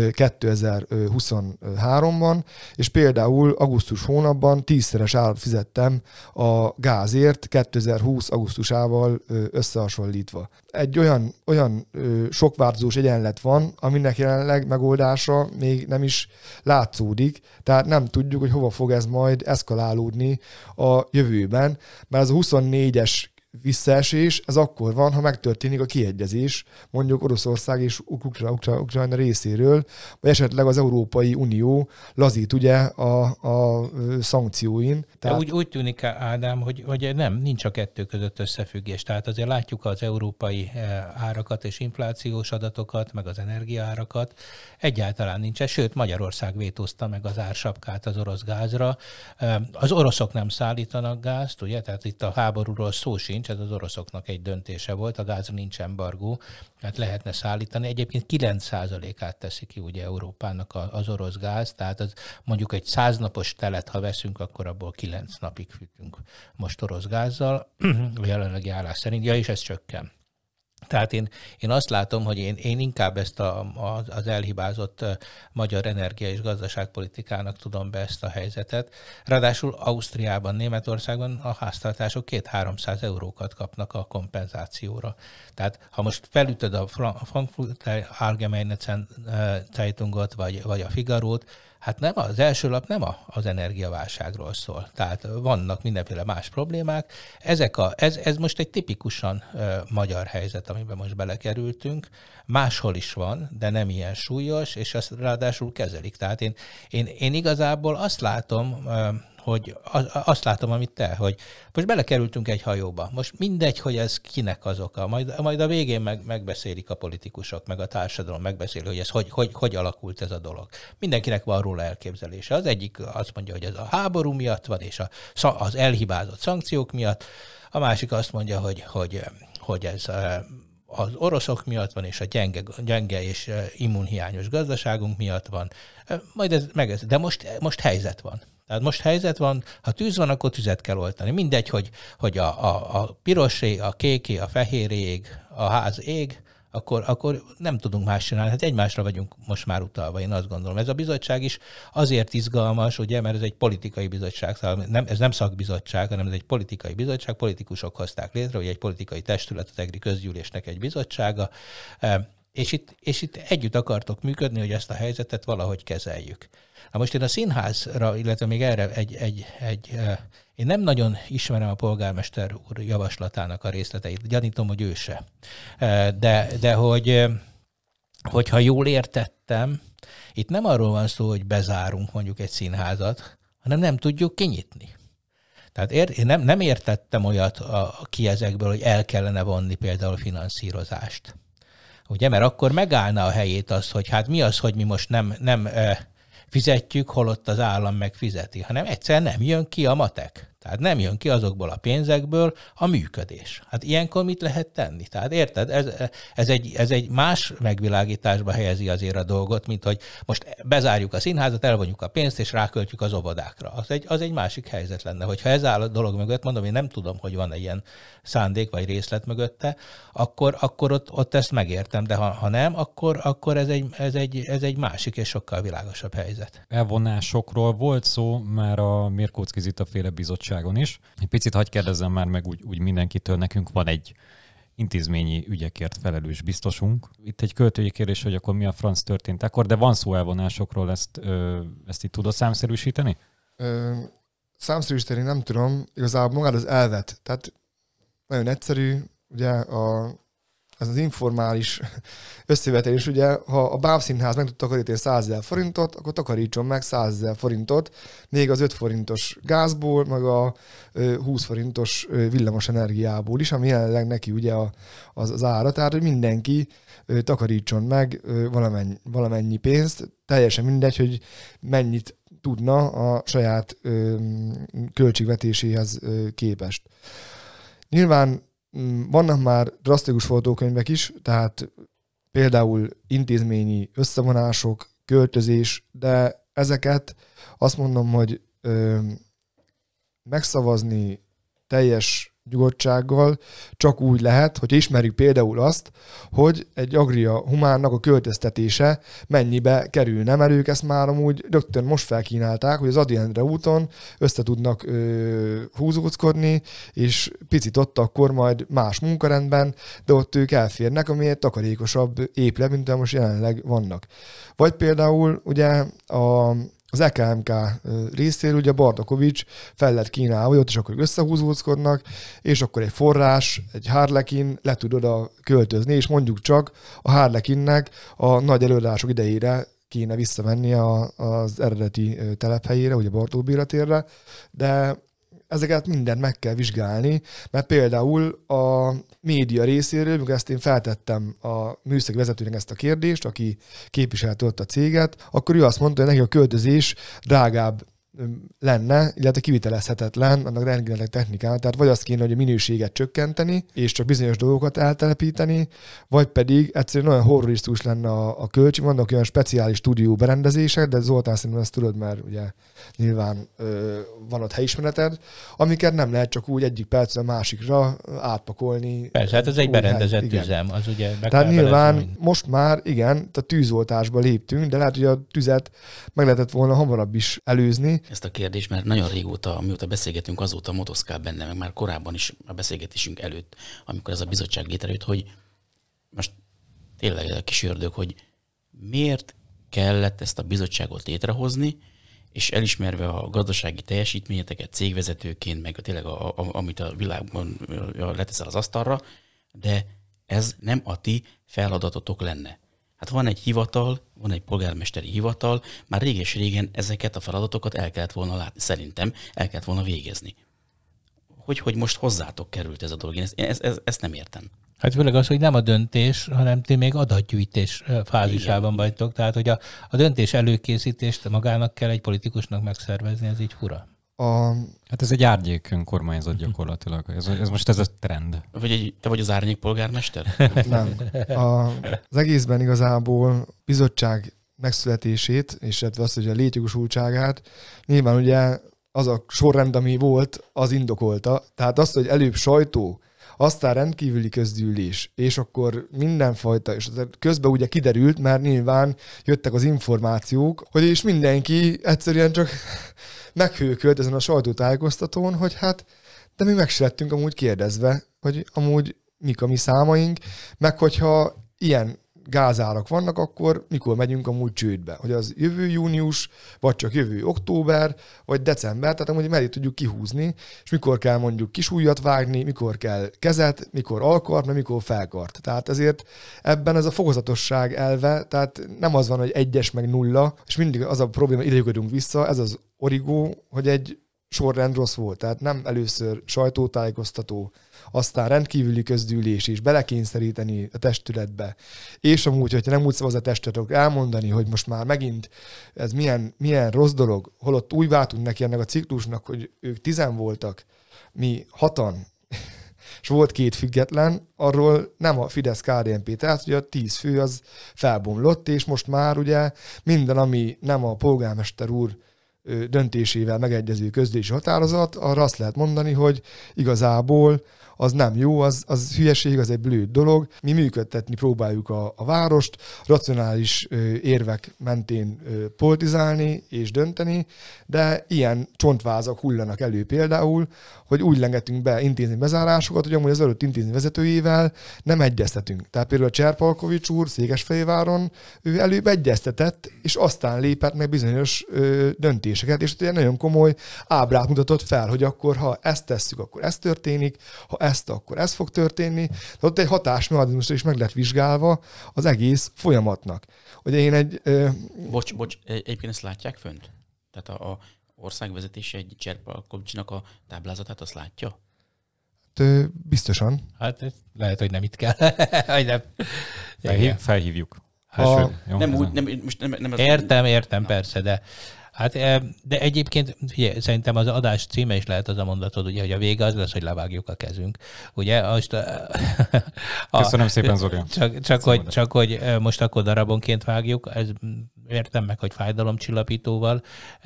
kétezer-huszonháromban, és például augusztus hónapban tízszeres árat fizettem a gázért kétezer-húsz augusztusával összehasonlítva. Egy olyan, olyan sokváltozós egyenlet van, aminek jelenleg megoldása még nem is látszódik, tehát nem tudjuk, hogy hova fog ez majd eszkalálódni a jövőben, mert ez a huszonnégyes visszaesés, ez akkor van, ha megtörténik a kiegyezés, mondjuk Oroszország és Ukra- Ukra- Ukrajna részéről, vagy esetleg az Európai Unió lazít ugye a, a szankcióin.
Tehát... Úgy, úgy tűnik, Ádám, hogy, hogy nem, nincs a kettő között összefüggés. Tehát azért látjuk az európai árakat és inflációs adatokat, meg az energiaárakat. Egyáltalán nincs. Sőt, Magyarország vétózta meg az ársapkát az orosz gázra. Az oroszok nem szállítanak gázt, ugye? Tehát itt a háborúról szó sincs. Ez az oroszoknak egy döntése volt, a gázra nincs embargó, tehát lehetne szállítani. Egyébként kilenc százalékát teszi ki ugye Európának az orosz gáz, tehát az mondjuk egy száznapos telet, ha veszünk, akkor abból kilenc napig fűtünk most orosz gázzal, a jelenlegi állás szerint, ja, és ez csökken. Tehát én, én azt látom, hogy én, én inkább ezt a, a, az elhibázott magyar energia- és gazdaságpolitikának tudom be ezt a helyzetet. Ráadásul Ausztriában, Németországban a háztartások kétszáz-háromszáz eurókat kapnak a kompenzációra. Tehát ha most felütöd a Frankfurter Allgemeine Zeitungot, vagy, vagy a Figarót, hát nem, az első lap nem az energiaválságról szól. Tehát vannak mindenféle más problémák. Ezek a, ez, ez most egy tipikusan uh, magyar helyzet, amiben most belekerültünk. Máshol is van, de nem ilyen súlyos, és azt ráadásul kezelik. Tehát én, én, én igazából azt látom, uh, hogy azt látom, amit te, hogy most belekerültünk egy hajóba. Most mindegy, hogy ez kinek az oka. Majd, majd a végén meg, megbeszélik a politikusok, meg a társadalom megbeszéli, hogy ez hogy, hogy, hogy alakult ez a dolog. Mindenkinek van róla elképzelése. Az egyik azt mondja, hogy ez a háború miatt van, és a, az elhibázott szankciók miatt. A másik azt mondja, hogy, hogy, hogy ez az oroszok miatt van, és a gyenge, gyenge és immunhiányos gazdaságunk miatt van. Majd ez meg ez. De most, most helyzet van. Tehát most helyzet van, ha tűz van, akkor tüzet kell oltani. Mindegy, hogy, hogy a, a, a pirosé, a kéké, a fehéré ég, a ház ég, akkor, akkor nem tudunk más csinálni. Hát egymásra vagyunk most már utalva, én azt gondolom. Ez a bizottság is azért izgalmas, ugye, mert ez egy politikai bizottság, nem, ez nem szakbizottság, hanem ez egy politikai bizottság, politikusok hozták létre, hogy egy politikai testület, az EGRI közgyűlésnek egy bizottsága, és itt, és itt együtt akartok működni, hogy ezt a helyzetet valahogy kezeljük. Na most én a színházra, illetve még erre egy, egy, egy, én nem nagyon ismerem a polgármester úr javaslatának a részleteit, gyanítom, hogy ő se. De, de hogy hogyha jól értettem, itt nem arról van szó, hogy bezárunk mondjuk egy színházat, hanem nem tudjuk kinyitni. Tehát ér, én nem, nem értettem olyat a, ki ezekből, hogy el kellene vonni például finanszírozást. Ugye, mert akkor megállna a helyét az, hogy hát mi az, hogy mi most nem, nem e, fizetjük, holott az állam megfizeti, hanem egyszerűen nem jön ki a matek. Tehát nem jön ki azokból a pénzekből a működés. Hát ilyenkor mit lehet tenni? Tehát érted? Ez, ez, egy, ez egy más megvilágításba helyezi azért a dolgot, mint hogy most bezárjuk a színházat, elvonjuk a pénzt, és ráköltjük az óvodákra. Az egy, az egy másik helyzet lenne. Hogyha ez áll a dolog mögött, mondom, én nem tudom, hogy van-e ilyen szándék vagy részlet mögötte, akkor, akkor ott, ott ezt megértem, de ha, ha nem, akkor, akkor ez, egy, ez, egy, ez egy másik és sokkal világosabb helyzet.
Elvonásokról volt szó már a Mérkóczky Zita féle bizottság is. Egy picit hadd kérdezzem már meg úgy, úgy mindenkitől, nekünk van egy intézményi ügyekért felelős biztosunk. Itt egy költői kérdés, hogy akkor mi a franc történt akkor, de van szó elvonásokról, ezt, ö, ezt itt tudod számszerűsíteni?
Ö, számszerűsíteni nem tudom, igazából magád az elvet. Tehát nagyon egyszerű, ugye a ez az informális összevetelés, ugye, ha a Bábszínház meg tud takarítani százezer forintot, akkor takarítson meg százezer forintot, még az öt forintos gázból, meg a húsz forintos villamos energiából is, ami jelenleg neki ugye az, az ára, tehát hogy mindenki takarítson meg valamennyi, valamennyi pénzt, teljesen mindegy, hogy mennyit tudna a saját költségvetéséhez képest. Nyilván vannak már drasztikus forgatókönyvek is, tehát például intézményi összevonások, költözés, de ezeket azt mondom, hogy ö, megszavazni teljes nyugodtsággal csak úgy lehet, hogy ismerjük például azt, hogy egy Agria Humánnak a költöztetése mennyibe kerülne, mert ők ezt már amúgy rögtön most felkínálták, hogy az Ady Endre úton össze tudnak ö, húzóckodni, és picit ott akkor majd más munkarendben, de ott ők elférnek, ami egy takarékosabb épület, mint most jelenleg vannak. Vagy például ugye a az é ká em ká részéről ugye Bardakovics fel lett kínálva, hogy ott is akkor összehúzózkodnak, és akkor egy forrás, egy Harlekin le tud oda költözni, és mondjuk csak a Harlekinnek a nagy előadások idejére kéne visszamenni az eredeti telephelyére, ugye Bartók-Béla térre, de ezeket mindent meg kell vizsgálni, mert például a média részéről, amikor ezt én feltettem a műszaki vezetőnek ezt a kérdést, aki képviselte ott a céget, akkor ő azt mondta, hogy neki a költözés drágább lenne, illetve kivitelezhetetlen annak rengeteg technikán. Tehát vagy azt kéne, hogy a minőséget csökkenteni, és csak bizonyos dolgokat eltelepíteni, vagy pedig egyszerűen olyan horrorisztus lenne a, a költség. Vannak olyan speciális stúdió berendezések, de Zoltán szerintem ezt tudod, mert ugye nyilván ö, van ott helyismereted, amiket nem lehet csak úgy egyik percre a másikra átpakolni.
Persze, hát ez egy berendezett hely, üzem. Az ugye
Tehát nyilván belezni. Most már igen, a tűzoltásba léptünk, de lehet, hogy a tüzet meg lehetett volna hamarabb is előzni.
Ezt a kérdést, mert nagyon régóta, mióta beszélgetünk, azóta motoszkál benne, meg már korábban is a beszélgetésünk előtt, amikor ez a bizottság létrejött, hogy most tényleg a kis ördög, hogy miért kellett ezt a bizottságot létrehozni, és elismerve a gazdasági teljesítményeteket cégvezetőként, meg tényleg a, a, amit a világban leteszel az asztalra, de ez nem a ti feladatotok lenne. Hát van egy hivatal, van egy polgármesteri hivatal, már réges-régen ezeket a feladatokat el kellett volna látni, szerintem el kellett volna végezni. Hogy, hogy most hozzátok került ez a dolog, én ezt, ezt, ezt, ezt nem értem.
Hát főleg az, hogy nem a döntés, hanem ti még adatgyűjtés fázisában igen. vagytok, tehát hogy a, a döntés előkészítést magának kell egy politikusnak megszervezni, ez így fura.
A...
Hát ez egy árnyék önkormányzat gyakorlatilag. Ez, ez most ez a trend.
Vagy egy, te vagy az árnyék polgármester?
Nem. A, az egészben igazából bizottság megszületését, és azt, hogy a létjogosultságát, nyilván ugye az a sorrend, ami volt, az indokolta. Tehát azt, hogy előbb sajtó, aztán rendkívüli közgyűlés, és akkor mindenfajta, és közben ugye kiderült, mert nyilván jöttek az információk, hogy és mindenki egyszerűen csak meghőkölt ezen a sajtótájékoztatón, hogy hát, de mi meg se lettünk amúgy kérdezve, hogy amúgy mik a mi számaink, meg hogyha ilyen gázárak vannak, akkor mikor megyünk amúgy csődbe? Hogy az jövő június, vagy csak jövő október, vagy december, tehát amúgy meré tudjuk kihúzni, és mikor kell mondjuk kisújat vágni, mikor kell kezet, mikor alkart, meg mikor felkart. Tehát ezért ebben ez a fokozatosság elve, tehát nem az van, hogy egyes meg nulla, és mindig az a probléma, ide lyukadunk vissza, ez az origó, hogy egy sorrend rossz volt. Tehát nem először sajtótájékoztató, aztán rendkívüli közgyűlés is, belekényszeríteni a testületbe. És amúgy, hogyha nem úgy szavaz a testület, akkor elmondani, hogy most már megint ez milyen, milyen rossz dolog, holott úgy váltunk neki ennek a ciklusnak, hogy ők tizen voltak, mi hatan, és volt két független, arról nem a Fidesz-ká dé en pé, tehát ugye a tíz fő az felbomlott, és most már ugye minden, ami nem a polgármester úr döntésével megegyező közlési határozat, arra azt lehet mondani, hogy igazából az nem jó, az, az hülyeség, az egy blőd dolog. Mi működtetni próbáljuk a, a várost, racionális ö, érvek mentén ö, politizálni és dönteni, de ilyen csontvázak hullanak elő például, hogy úgy lengetünk be intézmény bezárásokat, hogy amúgy az előtt intézmény vezetőjével nem egyeztetünk. Tehát például a Cserpalkovics úr Székesfehérváron ő előbb egyeztetett, és aztán lépett meg bizonyos ö, döntéseket, és ugye nagyon komoly ábrát mutatott fel, hogy akkor ha ezt tesszük, akkor ez történik, ha ezt, akkor ez fog történni. De ott egy hatásmechanizmusra is meg lett vizsgálva az egész folyamatnak. Ugye én egy... Ö...
Bocs, bocs, egyébként ezt látják fönt? Tehát a, a országvezetése egy Cserpalkovicsnak a táblázatát azt látja?
Ö, biztosan.
Hát ez lehet, hogy nem itt kell. nem.
Felhív, felhívjuk.
Hát,
a...
jó, nem úgy, nem, most nem, nem
értem, értem, persze, de hát, de egyébként ugye, szerintem az adás címe is lehet az a mondatod, ugye, hogy a vége az lesz, hogy levágjuk a kezünk. Ugye, most a,
a, Köszönöm szépen, Zoli.
Csak, csak, hogy, csak hogy most akkor darabonként vágjuk, ez értem meg, hogy fájdalomcsillapítóval.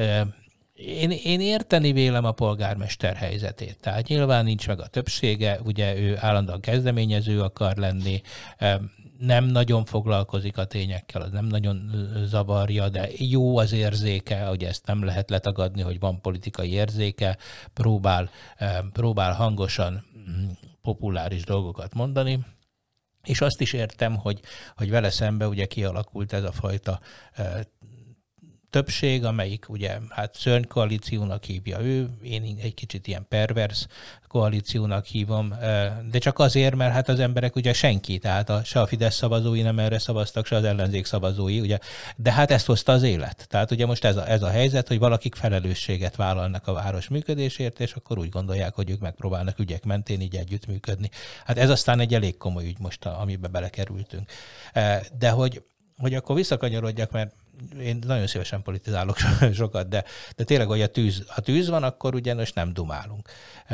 Én, én érteni vélem a polgármester helyzetét. Tehát nyilván nincs meg a többsége, ugye ő állandóan kezdeményező akar lenni, nem nagyon foglalkozik a tényekkel, az nem nagyon zavarja, de jó az érzéke, hogy ezt nem lehet letagadni, hogy van politikai érzéke, próbál, próbál hangosan populáris dolgokat mondani. És azt is értem, hogy, hogy vele szembe ugye kialakult ez a fajta többség, amelyik ugye hát szörnykoalíciónak hívja ő, én egy kicsit ilyen pervers koalíciónak hívom, de csak azért, mert hát az emberek ugye senki, tehát a, se a Fidesz szavazói nem erre szavaztak, se az ellenzék szavazói, ugye, de hát ezt hozta az élet. Tehát ugye most ez a, ez a helyzet, hogy valakik felelősséget vállalnak a város működésért, és akkor úgy gondolják, hogy ők megpróbálnak ügyek mentén így együttműködni. Hát ez aztán egy elég komoly ügy most, amiben belekerültünk. De hogy, hogy akkor visszakanyarodjak, mert én nagyon szívesen politizálok sokat, de, de tényleg, hogy a tűz, ha tűz van, akkor ugyanis nem dumálunk.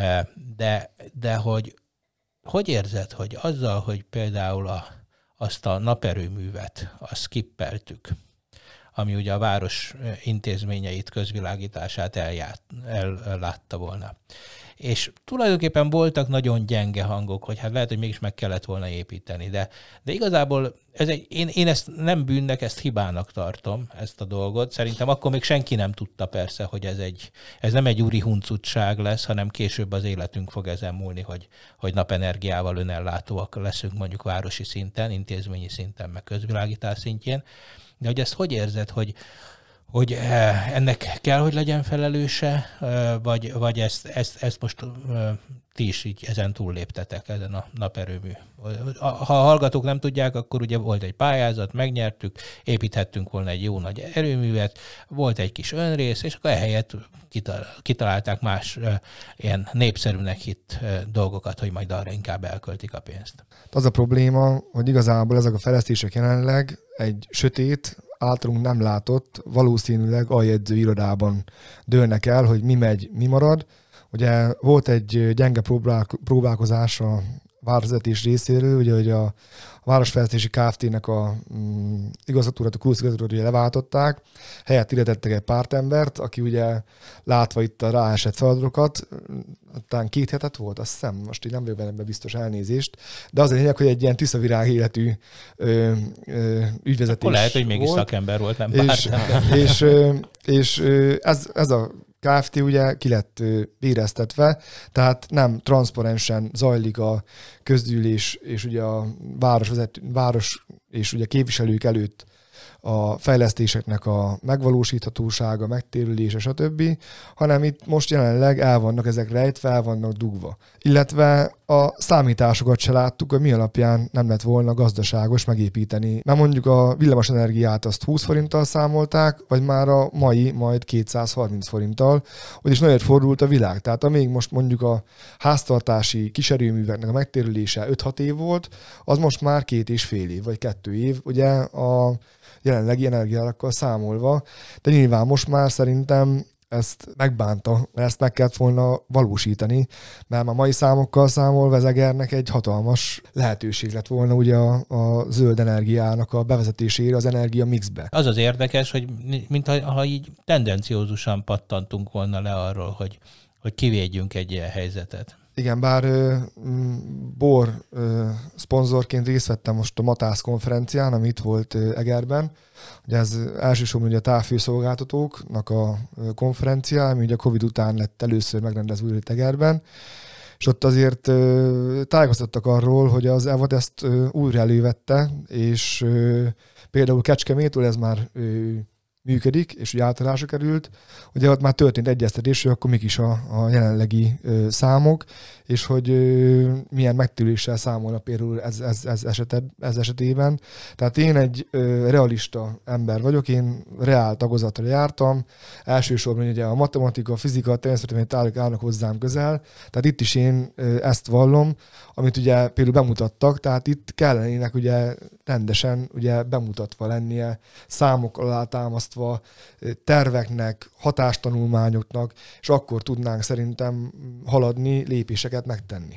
De, de hogy hogy érzed, hogy azzal, hogy például a, azt a naperőművet, azt skippeltük, ami ugye a város intézményeit, közvilágítását elját, ellátta volna. És tulajdonképpen voltak nagyon gyenge hangok, hogy hát lehet, hogy mégis meg kellett volna építeni, de, de igazából ez egy, én, én ezt nem bűnnek, ezt hibának tartom, ezt a dolgot. Szerintem akkor még senki nem tudta persze, hogy ez, egy, ez nem egy úri huncutság lesz, hanem később az életünk fog ezen múlni, hogy, hogy napenergiával önellátóak leszünk mondjuk városi szinten, intézményi szinten, meg közvilágítás szintjén. De hogy ezt hogy érzed, hogy hogy ennek kell, hogy legyen felelőse, vagy, vagy ezt, ezt, ezt most ti is így ezen túlléptetek, ezen a naperőmű. Ha a hallgatók nem tudják, akkor ugye volt egy pályázat, megnyertük, építhettünk volna egy jó nagy erőművet, volt egy kis önrész, és akkor ehelyett kitalálták más ilyen népszerűnek hitt dolgokat, hogy majd arra inkább elköltik a pénzt.
Az a probléma, hogy igazából ezek a fejlesztések jelenleg egy sötét, általunk nem látott, valószínűleg aljegyző irodában dőlnek el, hogy mi megy, mi marad. Ugye volt egy gyenge próbálkozás a városvezetés részéről, ugye, hogy a Városfejlesztési Kft-nek a mm, igazgatórat, a kulcsigazgatórat ugye leváltották, helyett ide tettek egy pártembert, aki ugye látva itt a ráesett feladatokat, talán két hetet volt, azt hiszem, most így nem vagyok benne biztos, elnézést, de az a lényeg, hogy egy ilyen tiszavirág életű ö, ö, ügyvezetés
akkor lehet, hogy mégis volt, szakember volt, nem
és,
pártember.
És, és, és ez, ez a Kft. Ugye ki lett véreztetve, tehát nem transzparensen zajlik a közgyűlés és ugye a városvezető, város és ugye képviselők előtt a fejlesztéseknek a megvalósíthatósága, megtérülése, stb., hanem itt most jelenleg el vannak ezek rejtve, el vannak dugva. Illetve a számításokat se láttuk, hogy mi alapján nem lett volna gazdaságos megépíteni. Mert mondjuk a villamosenergiát azt húsz forinttal számolták, vagy már a mai majd kétszázharminc forinttal, úgyis nagyot fordult a világ. Tehát amíg most mondjuk a háztartási kiserőműveknek a megtérülése öt-hat év volt, az most már két és fél év, vagy kettő év, ugye a jelenlegi energiárakkal számolva, de nyilván most már szerintem ezt megbánta, mert ezt meg kellett volna valósítani, mert a mai számokkal számolva az Egernek egy hatalmas lehetőség lett volna ugye a, a zöld energiának a bevezetésére az energia mixbe.
Az az érdekes, hogy mintha ha így tendenciózusan pattantunk volna le arról, hogy, hogy kivédjünk egy ilyen helyzetet.
Igen, bár ö, bor ö, szponzorként részt vettem most a Matász konferencián, ami itt volt ö, Egerben. Ugye ez elsősorban ugye a távfőszolgáltatóknak a konferencia, ami ugye a Covid után lett először megrendezve újra itt Egerben. És ott azért ö, tájékoztattak arról, hogy az E V A D ezt ö, újra elővette, és ö, például Kecskemétől ez már ö, működik, és ugye átalásra került. Ugye ott már történt egyeztetés, hogy akkor mik is a, a jelenlegi ö, számok, és hogy ö, milyen megtűréssel számolnak például ez, ez, ez, esetet, ez esetében. Tehát én egy ö, realista ember vagyok, én reál tagozatra jártam, elsősorban ugye a matematika, a fizika, a természettudományi tárgyak állnak hozzám közel, tehát itt is én ö, ezt vallom, amit ugye például bemutattak, tehát itt kellenének ugye rendesen ugye bemutatva lennie, számok alá támasztva, terveknek, hatástanulmányoknak, és akkor tudnánk szerintem haladni, lépéseket megtenni.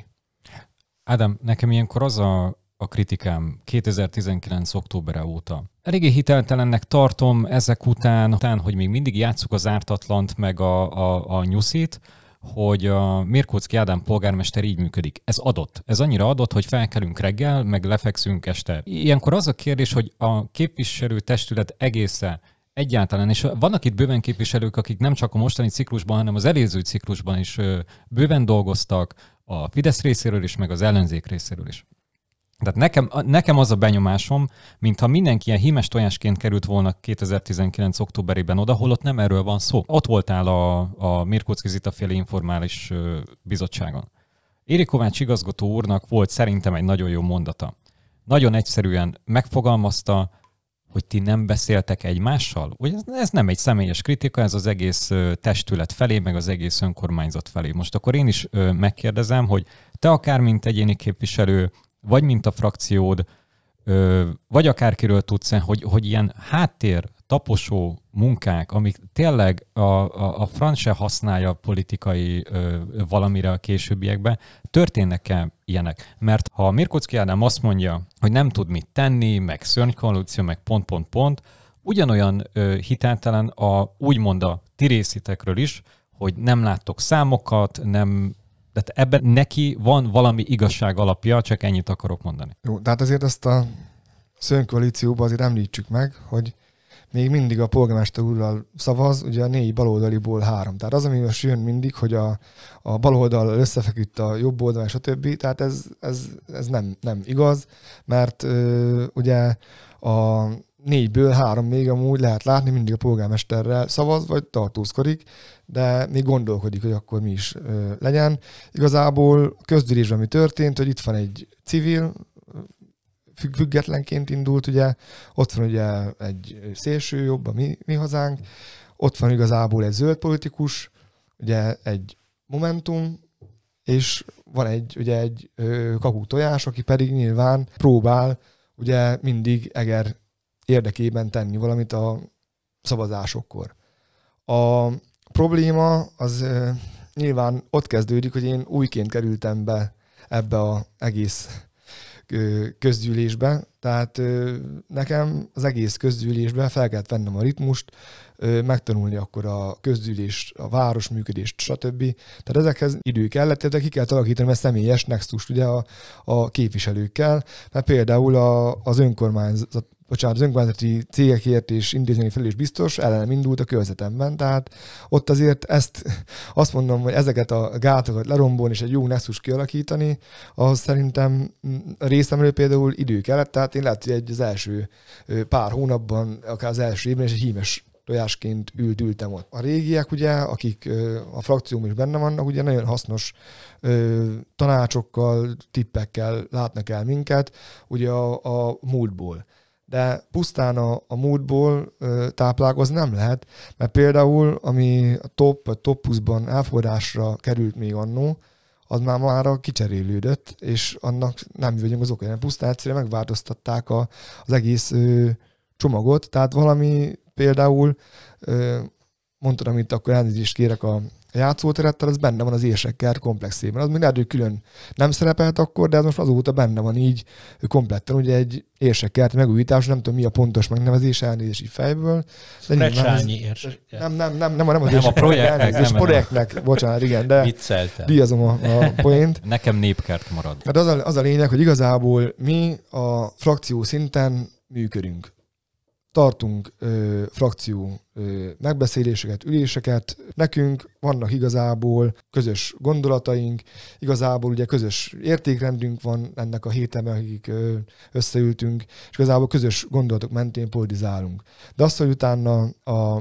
Ádám, nekem ilyenkor az a, a kritikám kétezer-tizenkilenc októbere óta. Eléggé hiteltelennek tartom ezek után, után, hogy még mindig játsszuk az ártatlant meg a, a, a nyuszit, hogy a Mirkóczky Ádám polgármester így működik. Ez adott. Ez annyira adott, hogy felkelünk reggel, meg lefekszünk este. Ilyenkor az a kérdés, hogy a képviselő testület egészen egyáltalán, és vannak itt bőven képviselők, akik nem csak a mostani ciklusban, hanem az előző ciklusban is bőven dolgoztak, a Fidesz részéről is, meg az ellenzék részéről is. Tehát nekem, nekem az a benyomásom, mintha mindenki ilyen hímes tojásként került volna kétezer-tizenkilenc októberében oda, holott nem erről van szó. Ott voltál a, a Mirkóczky Zita féle informális bizottságon. Érik Kovács igazgató úrnak volt szerintem egy nagyon jó mondata. Nagyon egyszerűen megfogalmazta, hogy ti nem beszéltek egymással. Ugye ez nem egy személyes kritika, ez az egész testület felé, meg az egész önkormányzat felé. Most akkor én is megkérdezem, hogy te akár mint egyéni képviselő, vagy mint a frakciód, vagy akárkiről tudsz, hogy, hogy ilyen háttér, taposó munkák, amik tényleg a, a, a franc se használja politikai ö, valamire a későbbiekben, történnek-e ilyenek? Mert ha Mirkóczky Ádám azt mondja, hogy nem tud mit tenni, meg szörnykoalíció, meg pont-pont-pont, ugyanolyan ö, hiteltelen a, úgymond a ti részitekről is, hogy nem láttok számokat, nem... Tehát ebben neki van valami igazság alapja, csak ennyit akarok mondani.
Jó, tehát azért ezt a szörnykoalícióban azért említsük meg, hogy még mindig a polgármester úrral szavaz, ugye a négy baloldaliból három. Tehát az, ami most jön mindig, hogy a, a baloldal összefeküdt a jobb oldal, és a többi, tehát ez, ez, ez nem, nem igaz, mert ö, ugye a négyből három még amúgy lehet látni, mindig a polgármesterrel szavaz, vagy tartózkodik, de még gondolkodik, hogy akkor mi is ö, legyen. Igazából közgyűlésben mi történt, hogy itt van egy civil, függetlenként indult, ugye, ott van ugye egy szélső jobb, a mi, mi hazánk, ott van igazából egy zöld politikus, ugye egy Momentum, és van egy, ugye egy ö, kakú tojás, aki pedig nyilván próbál ugye mindig Eger érdekében tenni valamit a szavazásokkor. A probléma az ö, nyilván ott kezdődik, hogy én újként kerültem be ebbe az egész közgyűlésbe, tehát nekem az egész közgyűlésbe fel kellett vennem a ritmust, megtanulni akkor a közgyűlést, a város működést, stb. Tehát ezekhez idő kellett, de ki kell alakítani a személyes nextust ugye a, a képviselőkkel, mert például a, az önkormányzat bocsánat, az önkormányzati cégekért és intézményi felelős biztos ellenem indult a körzetemben, tehát ott azért ezt, azt mondom, hogy ezeket a gátokat lerombolni és egy jó nexus kialakítani, ahhoz szerintem részemről például idő kellett, tehát én lehet, hogy egy az első pár hónapban, akár az első évben, és egy hímes tojásként ült, ültem ott. A régiek, ugye, akik a frakcióm is benne vannak, ugye nagyon hasznos ö, tanácsokkal, tippekkel látnak el minket, ugye a, a múltból. De pusztán a, a múltból ö, táplálkozni nem lehet, mert például, ami a top, a top húszban elfogadásra került még annó, az már mára kicserélődött, és annak nem vagyunk az oka, pusztán egyszerűen megváltoztatták a, az egész ö, csomagot, tehát valami például, mondtam, amit akkor elnézést kérek a játszóterettel, az benne van az Érsekkert komplexében. Az még lehet, hogy külön nem szerepelt akkor, de ez most azóta benne van így kompletten. Ugye egy Érsekkert megújítás, nem tudom mi a pontos megnevezés, elnézést így fejből.
Recsányi Érsekkert.
Nem, nem, nem, nem, nem az
nem a projektnek,
elnézést, nem projektnek, bocsánat, igen, de
vicceltem.
Díjazom a, a poént.
Nekem népkert marad.
Hát az a, az a lényeg, hogy igazából mi a frakció szinten működünk. Tartunk ö, frakció ö, megbeszéléseket, üléseket. Nekünk vannak igazából közös gondolataink, igazából ugye közös értékrendünk van ennek a héten, akik ö, összeültünk, és igazából közös gondolatok mentén politizálunk. De azt, hogy utána a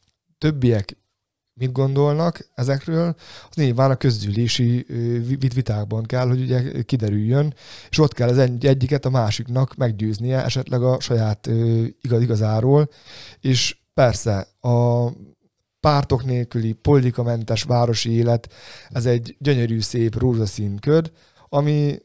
többiek mit gondolnak ezekről, az nyilván a közgyűlési vitákban kell, hogy ugye kiderüljön, és ott kell az egyiket a másiknak meggyőznie, esetleg a saját igaz, igazáról, és persze a pártok nélküli politikamentes városi élet, ez egy gyönyörű, szép rózsaszín köd, ami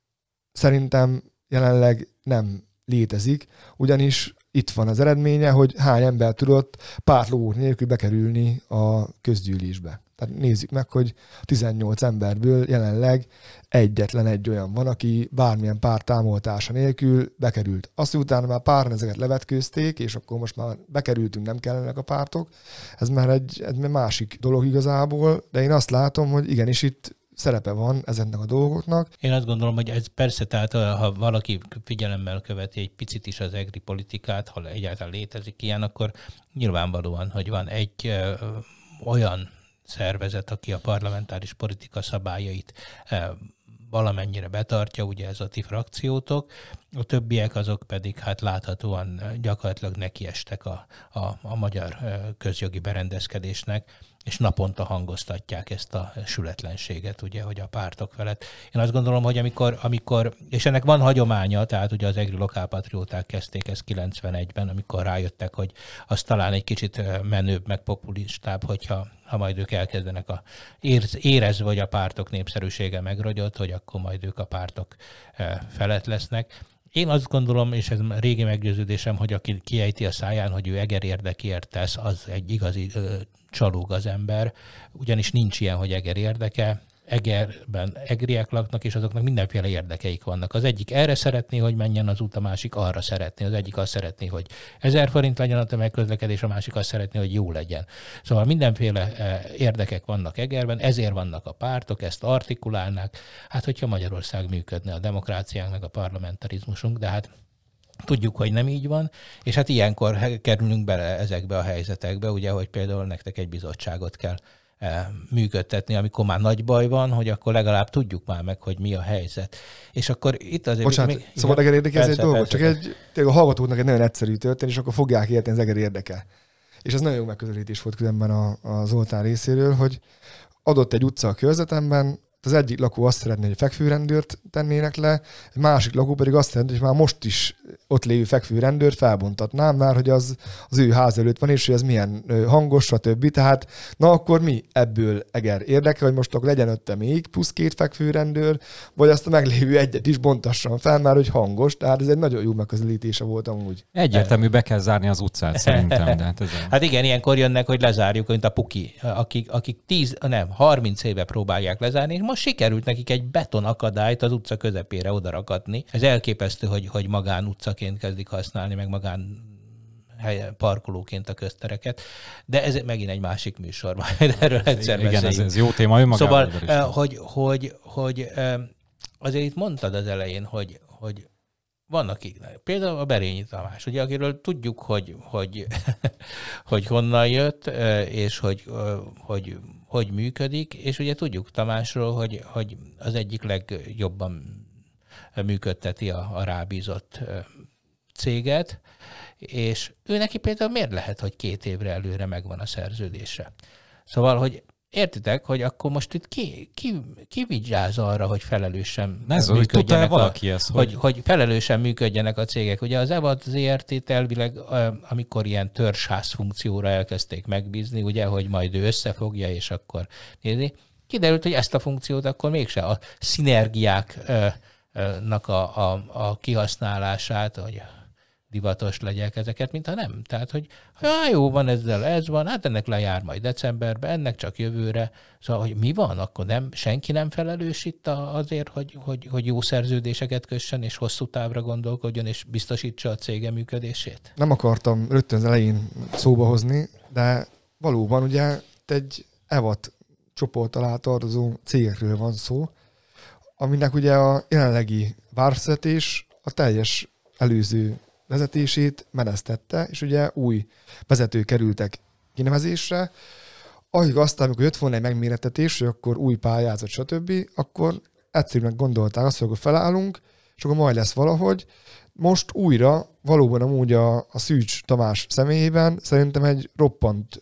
szerintem jelenleg nem létezik, ugyanis itt van az eredménye, hogy hány ember tudott pártlogók nélkül bekerülni a közgyűlésbe. Tehát nézzük meg, hogy tizennyolc emberből jelenleg egyetlen egy olyan van, aki bármilyen párt támogatása nélkül bekerült. Azt, hogy utána már páran ezeket levetkőzték, és akkor most már bekerültünk, nem kellenek a pártok. Ez már egy, egy másik dolog igazából, de én azt látom, hogy igenis itt szerepe van ezeknek a dolgoknak.
Én azt gondolom, hogy ez persze, tehát ha valaki figyelemmel követi egy picit is az egri politikát, ha egyáltalán létezik ilyen, akkor nyilvánvalóan, hogy van egy ö, olyan szervezet, aki a parlamentáris politika szabályait ö, valamennyire betartja, ugye ez a ti frakciótok, a többiek azok pedig hát láthatóan gyakorlatilag nekiestek a, a, a magyar közjogi berendezkedésnek, és naponta hangoztatják ezt a sületlenséget, ugye, hogy a pártok felett. Én azt gondolom, hogy amikor, amikor és ennek van hagyománya, tehát ugye az egri lokálpatrióták kezdték ezt kilencvenegyben, amikor rájöttek, hogy az talán egy kicsit menőbb, meg populistább, hogyha ha majd ők elkezdenek a, érezve, hogy a pártok népszerűsége megrogyott, hogy akkor majd ők a pártok felett lesznek. Én azt gondolom, és ez régi meggyőződésem, hogy aki kiejti a száján, hogy ő Eger érdekért tesz, az egy igazi ö, csalóg az ember, ugyanis nincs ilyen, hogy Eger érdeke. Egerben egriek laknak, és azoknak mindenféle érdekeik vannak. Az egyik erre szeretné, hogy menjen az út, a másik arra szeretné. Az egyik azt szeretné, hogy ezer forint legyen a tömegközlekedés, a másik azt szeretné, hogy jó legyen. Szóval mindenféle érdekek vannak Egerben, ezért vannak a pártok, ezt artikulálnák. Hát, hogyha Magyarország működne, a demokráciánknak, a parlamentarizmusunk, de hát tudjuk, hogy nem így van, és hát ilyenkor kerülünk bele ezekbe a helyzetekbe, ugye, hogy például nektek egy bizottságot kell működtetni, amikor már nagy baj van, hogy akkor legalább tudjuk már meg, hogy mi a helyzet. És akkor itt azért...
Bocsánat,
még,
szóval Eger érdeke ez egy dolgot, csak egy, a hallgatóknak egy nagyon egyszerű történet, és akkor fogják érteni az Eger érdeke. És ez nagyon jó megközelítés volt különben a, a Zoltán részéről, hogy adott egy utca a körzetemben, az egyik lakó azt szeretné, hogy fekvőrendőrt tennének le, egy másik lakó pedig azt szeretné, hogy már most is ott lévő fekvőrendőrt felbontatnám, már hogy az az ő ház előtt van, és hogy ez milyen hangos, stb. Tehát na akkor mi ebből Eger érdeke, hogy most akkor legyen ötte még plusz két fekvőrendőr, vagy azt a meglévő egyet is bontassam fel, már hogy hangos, tehát ez egy nagyon jó megközelítése volt amúgy.
Egyértelmű, be kell zárni az utcát szerintem. De hát, ez
hát igen, ilyenkor jönnek, hogy lezárjuk, mint a Puki, akik, akik tíz, nem, harminc éve próbálják lezárni, és most sikerült nekik egy betonakadályt az utca közepére odarakadni. Ez elképesztő, hogy, hogy magán utcaként kezdik használni, meg magán parkolóként a köztereket, de ez megint egy másik műsor, majd erről egyszer
igen,
beszéljünk.
ez, ez jó téma önmagában.
Szóval, hogy, hogy, hogy azért itt mondtad az elején, hogy, hogy vannak például a Berényi Tamás, ugye, akiről tudjuk, hogy, hogy, hogy honnan jött, és hogy, hogy, hogy működik, és ugye tudjuk Tamásról, hogy, hogy az egyik legjobban működteti a, a rábízott céget, és ő neki például miért lehet, hogy két évre előre megvan a szerződése. Szóval, hogy értitek, hogy akkor most itt ki, ki, ki vigyáz arra, hogy felelősen
Ez
működjenek,
hogy valaki
a,
ezt,
hogy,
hogy...
hogy felelősen működjenek a cégek. Ugye az EVAD zé er té-t elvileg, amikor ilyen törzsház funkcióra elkezdték megbízni, ugye, hogy majd ő összefogja, és akkor nézni, kiderült, hogy ezt a funkciót akkor mégse a szinergiáknak a, a, a kihasználását, hogy divatos legyek ezeket, mintha nem. Tehát, hogy ja, jó van ezzel, ez van, hát ennek lejár majd decemberben, ennek csak jövőre. Szóval, hogy mi van, akkor nem, senki nem felelős itt azért, hogy, hogy, hogy jó szerződéseket kössön, és hosszú távra gondolkodjon, és biztosítsa a cége működését?
Nem akartam rögtön az elején szóba hozni, de valóban ugye egy EVAD csoport alá tartozó cégekről van szó, aminek ugye a jelenlegi várvezetés a teljes előző vezetését menesztette, és ugye új vezetők kerültek kinevezésre. Ahogy aztán, amikor jött volna egy megmérettetés, hogy akkor új pályázat, stb., akkor egyszerűen gondolták azt, hogy akkor felállunk, és akkor majd lesz valahogy. Most újra valóban amúgy a, a Szűcs Tamás személyében szerintem egy roppant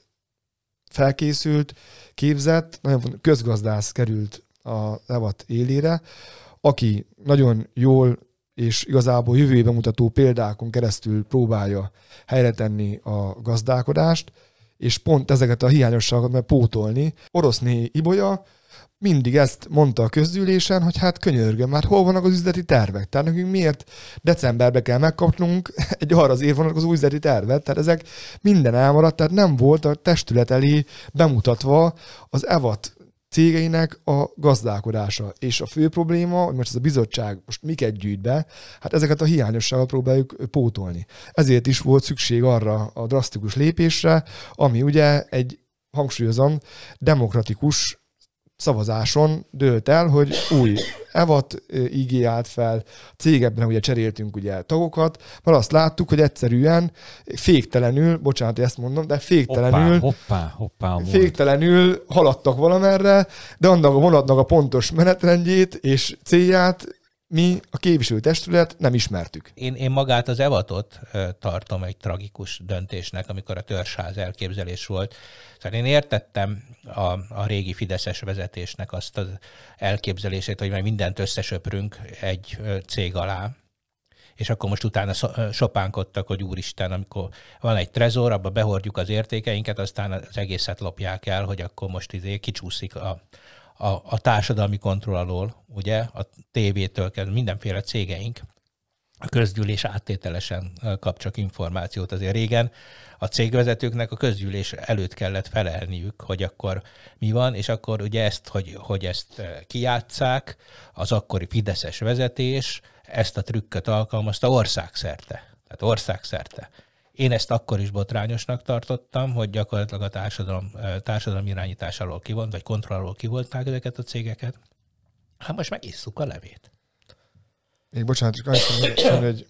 felkészült, képzett, nagyon közgazdász került az EVAD élére, aki nagyon jól és igazából jövőben mutató példákon keresztül próbálja helyre tenni a gazdálkodást, és pont ezeket a hiányosságokat meg pótolni. Oroszné Ibolya mindig ezt mondta a közgyűlésen, hogy hát könyörgöm, már hol vannak az üzleti tervek? Tehát nekünk miért decemberbe kell megkapnunk egy arra az évvonalak az új üzleti tervet? Tehát ezek minden elmaradt, tehát nem volt a testület elé bemutatva az EVAD cégeinek a gazdálkodása. És a fő probléma, hogy most ez a bizottság most miket gyűjt be, hát ezeket a hiányosságokat próbáljuk pótolni. Ezért is volt szükség arra a drasztikus lépésre, ami ugye egy, hangsúlyozom, demokratikus szavazáson dőlt el, hogy új EVAD í gé állt fel, cégekben ugye cseréltünk ugye tagokat, mert azt láttuk, hogy egyszerűen féktelenül, bocsánat, hogy ezt mondom, de féktelenül,
hoppá, hoppá, hoppá
féktelenül haladtak valamerre, de annak a vonatnak a pontos menetrendjét és célját mi, a képviselőtestület nem ismertük.
Én, én magát az EVAD-ot tartom egy tragikus döntésnek, amikor a törzsház elképzelés volt. Szóval én értettem a, a régi fideszes vezetésnek azt az elképzelését, hogy majd mindent összesöprünk egy cég alá, és akkor most utána sopánkodtak, hogy úristen, amikor van egy trezor, abba behordjuk az értékeinket, aztán az egészet lopják el, hogy akkor most izé kicsúszik a A, a társadalmi kontroll alól, ugye, a tévétől kezdve mindenféle cégeink, a közgyűlés áttételesen kap csak információt. Azért régen a cégvezetőknek a közgyűlés előtt kellett felelniük, hogy akkor mi van, és akkor ugye ezt, hogy, hogy ezt kijátsszák, az akkori fideszes vezetés ezt a trükköt alkalmazta országszerte. Tehát országszerte. Én ezt akkor is botrányosnak tartottam, hogy gyakorlatilag a társadalom, társadalom irányítás alól kivont, vagy kontroll alól kivolták ezeket a cégeket. Hát most megisszuk a levét.
Még bocsánat, csak annyit mondani, hogy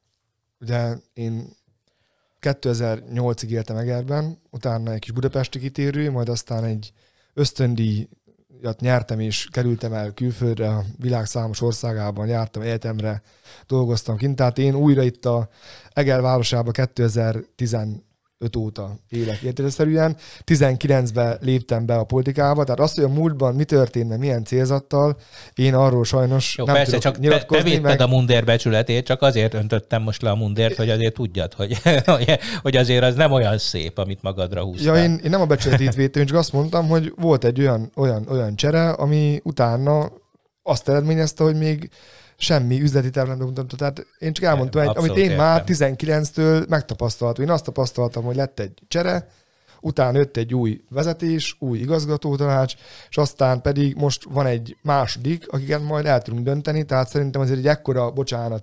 ugye én kétezer-nyolcig éltem Egerben, utána egy kis budapesti kitérő, majd aztán egy ösztöndíjat nyertem, és kerültem el külföldre, a világ számos országában jártam egyetemre, dolgoztam kint, tehát én újra itt a Eger városában kétezer-tizenöt óta élek értelemszerűen. tizenkilencben léptem be a politikába, tehát azt, hogy a múltban mi történne, milyen célzattal, én arról sajnos
Jó,
nem
persze,
tudok
csak
nyilatkozni.
Te, te
meg...
a mundér becsületét, csak azért öntöttem most le a mundért, hogy azért tudjad, hogy, hogy azért az nem olyan szép, amit magadra húztál.
Ja, én, én nem a becsületét védtem, csak azt mondtam, hogy volt egy olyan, olyan, olyan csere, ami utána azt eredményezte, hogy még semmi üzleti terv nem mutatott. Tehát én csak elmondtam, egy, amit én értem. Már tizenkilenctől megtapasztaltam. Én azt tapasztaltam, hogy lett egy csere, utána jött egy új vezetés, új igazgatótanács, és aztán pedig most van egy második, akiket majd el tudunk dönteni, tehát szerintem azért egy ekkora, bocsánat,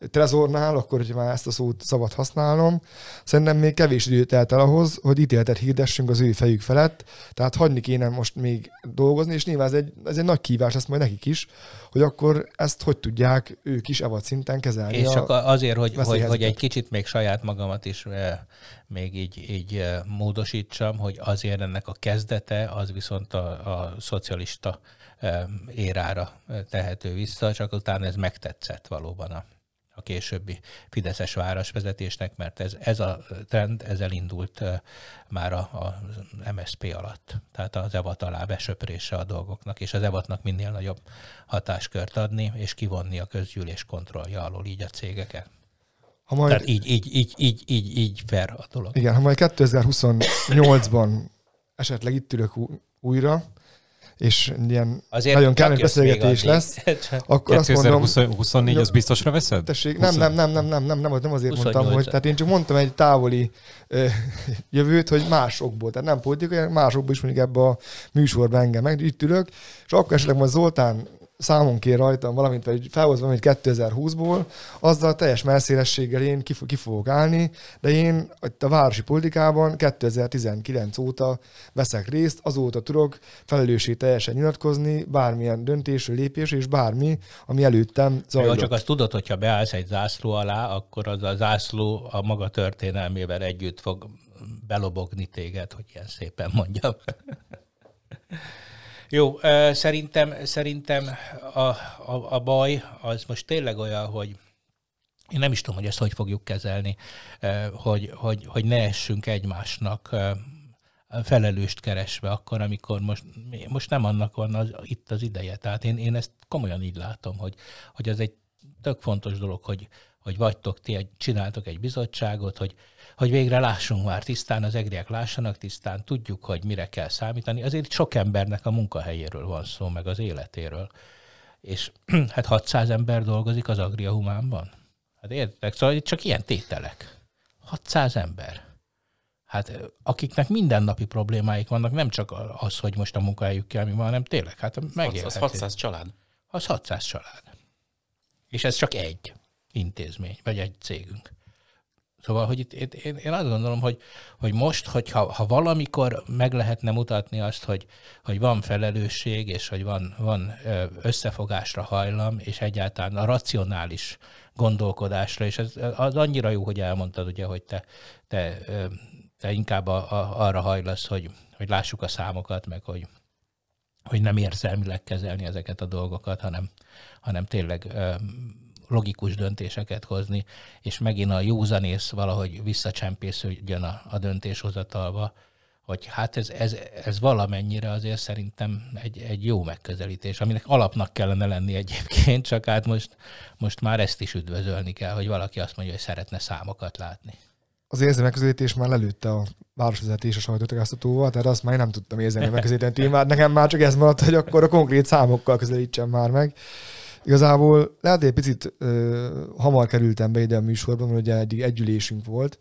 trezornál, akkor, hogyha már ezt a szót szabad használnom, szerintem még kevés idő telt el ahhoz, hogy ítéletet hirdessünk az ő fejük felett, tehát hagyni kéne most még dolgozni, és nyilván ez egy, ez egy nagy kívás lesz majd nekik is, hogy akkor ezt hogy tudják ők is evad szinten kezelni.
És csak azért, hogy, hogy, hogy egy kicsit még saját magamat is még így, így módosítsam, hogy azért ennek a kezdete az viszont a, a szocialista érára tehető vissza, csak utána ez megtetszett valóban a, a későbbi fideszes városvezetésnek, mert ez, ez a trend, ez elindult már az em es zé pé alatt. Tehát az evat alá besöprése a dolgoknak, és az evatnak minél nagyobb hatáskört adni, és kivonni a közgyűlés kontrollja alól így a cégeket. Ha majd, Tehát így, így, így, így, így, így fair a dolog.
Igen, ha majd kétezer-huszonnyolcban esetleg itt ülök újra, és ilyen azért nagyon kellemes beszélgetés lesz, akkor azt mondom...
kétezer-huszonnégy az biztosra veszed?
Tessék, nem, nem, nem, nem, nem, nem, nem, nem azért mondtam, hogy tehát én csak mondtam egy távoli ö, jövőt, hogy másokból, tehát nem politikai, másokból is mondjuk ebbe a műsorban engem meg, itt ülök, és akkor esetleg majd Zoltán számon kér rajtam valamint, vagy felhoz valamit kétezer-húszból, azzal teljes melszélességgel én ki, ki fogok állni, de én a városi politikában kétezer-tizenkilenc óta veszek részt, azóta tudok felelőssé teljesen nyilatkozni, bármilyen döntésről, lépésről, és bármi, ami előttem zajlott.
Jó, csak azt tudod, hogyha beállsz egy zászló alá, akkor az a zászló a maga történelmével együtt fog belobogni téged, hogy ilyen szépen mondjam. Jó, szerintem, szerintem a, a, a baj az most tényleg olyan, hogy én nem is tudom, hogy ezt hogy fogjuk kezelni, hogy, hogy, hogy ne essünk egymásnak felelőst keresve akkor, amikor most, most nem annak van az, itt az ideje. Tehát én, én ezt komolyan így látom, hogy, hogy ez egy tök fontos dolog, hogy, hogy vagytok ti, csináltok egy bizottságot, hogy, hogy végre lássunk már tisztán, az egriek lássanak tisztán, tudjuk, hogy mire kell számítani. Azért sok embernek a munkahelyéről van szó, meg az életéről. És hát hatszáz ember dolgozik az Agria Humánban. Hát értek, szóval csak ilyen tételek. hatszáz ember. Hát akiknek mindennapi problémáik vannak, nem csak az, hogy most a munkahelyükkel mi van, hanem tényleg, hát megélhetik.
Az hatszáz család.
Az hatszáz család. És ez csak egy intézmény, vagy egy cégünk. Szóval, hogy itt, itt, én, én azt gondolom, hogy, hogy most, hogyha ha valamikor meg lehetne mutatni azt, hogy, hogy van felelősség, és hogy van, van összefogásra hajlam, és egyáltalán a racionális gondolkodásra, és ez az annyira jó, hogy elmondtad, ugye, hogy te, te, te inkább a, a, arra hajlasz, hogy, hogy lássuk a számokat, meg hogy, hogy nem érzelmileg kezelni ezeket a dolgokat, hanem, hanem tényleg logikus döntéseket hozni, és megint a józanész valahogy visszacsempésződjön a, a döntéshozatalba, hogy hát ez, ez, ez valamennyire azért szerintem egy, egy jó megközelítés, aminek alapnak kellene lenni egyébként, csak hát most, most már ezt is üdvözölni kell, hogy valaki azt mondja, hogy szeretne számokat látni.
Az érzelmi megközelítés már lelőtte a városvezetés a sajtótájékoztatóval, tehát azt már én nem tudtam érzelmi megközelíteni. Már nekem már csak ez maradt, hogy akkor a konkrét számokkal közelítsem már meg. Igazából lehet, hogy egy picit ö, hamar kerültem be ide a műsorban, mert ugye eddig egy ülésünk volt,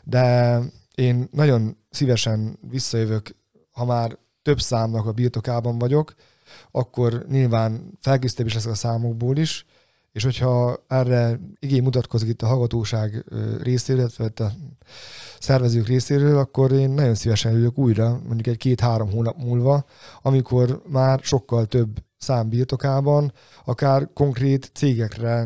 de én nagyon szívesen visszajövök, ha már több számnak a birtokában vagyok, akkor nyilván felkészítőbb is leszek a számokból is, és hogyha erre igény mutatkozik itt a hallgatóság részéről, vagy a szervezők részéről, akkor én nagyon szívesen ülök újra, mondjuk egy két-három hónap múlva, amikor már sokkal több szám birtokában, akár konkrét cégekre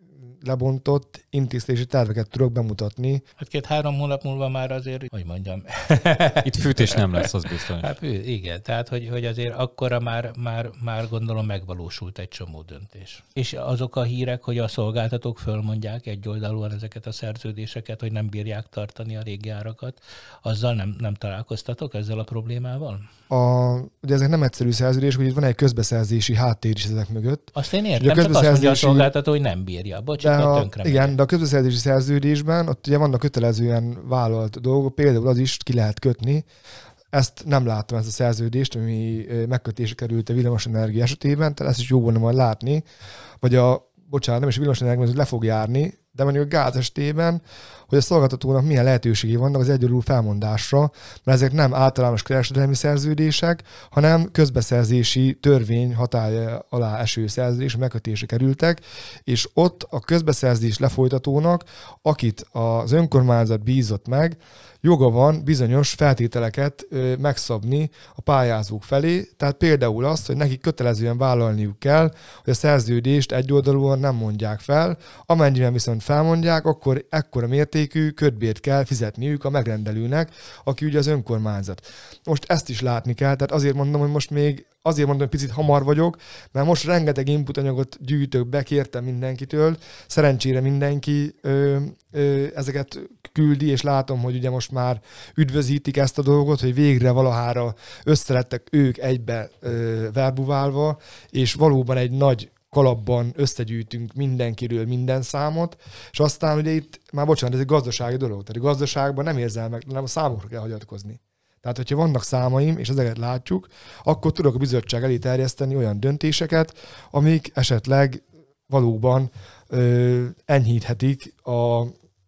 lebontott intéztési terveket tudok bemutatni.
Hát két-három hónap múlva már azért, hogy mondjam.
Itt fűtés nem lesz, az biztos.
Hát igen, tehát hogy, hogy azért akkora már, már, már gondolom megvalósult egy csomó döntés. És azok a hírek, hogy a szolgáltatók fölmondják egyoldalúan ezeket a szerződéseket, hogy nem bírják tartani a régi árakat, azzal nem, nem találkoztatok ezzel a problémával?
A, ugye ezek nem egyszerű szerződés, hogy itt van egy közbeszerzési háttér is ezek mögött.
Azt én értem, csak azt mondja a szolgáltató, hogy nem bírja. Bocsánat, tönkre
igen,
megy.
de a közbeszerzési szerződésben ott ugye vannak kötelezően vállalt dolgok, például az is ki lehet kötni. Ezt nem láttam, ezt a szerződést, ami megkötésre került a villamosenergia esetében, tehát ezt is jó volna majd látni. Vagy a, bocsánat, nem is a villamosenergia, ez le fog járni, De mondjuk a gáz estében, hogy a szolgáltatónak milyen lehetőségei vannak az egyoldalú felmondásra, mert ezek nem általános kereskedelmi szerződések, hanem közbeszerzési törvény hatálya alá eső szerződés megkötésre kerültek, és ott a közbeszerzés lefolytatónak, akit az önkormányzat bízott meg, joga van bizonyos feltételeket ö, megszabni a pályázók felé, tehát például azt, hogy nekik kötelezően vállalniuk kell, hogy a szerződést egyoldalúan nem mondják fel, amennyiben viszont felmondják, akkor ekkora mértékű kötbért kell fizetniük a megrendelőnek, aki ugye az önkormányzat. Most ezt is látni kell, tehát azért mondom, hogy most még Azért mondom, hogy picit hamar vagyok, mert most rengeteg input anyagot gyűjtök be, kértem mindenkitől. Szerencsére mindenki ö, ö, ezeket küldi, és látom, hogy ugye most már üdvözítik ezt a dolgot, hogy végre valahára összelettek ők egybe ö, verbuválva, és valóban egy nagy kalapban összegyűjtünk mindenkiről minden számot, és aztán ugye itt, már bocsánat, ez egy gazdasági dolog, tehát a gazdaságban nem érzelmek, hanem a számokra kell hagyatkozni. Tehát, hogyha vannak számaim, és ezeket látjuk, akkor tudok a bizottság elé terjeszteni olyan döntéseket, amik esetleg valóban ö, enyhíthetik a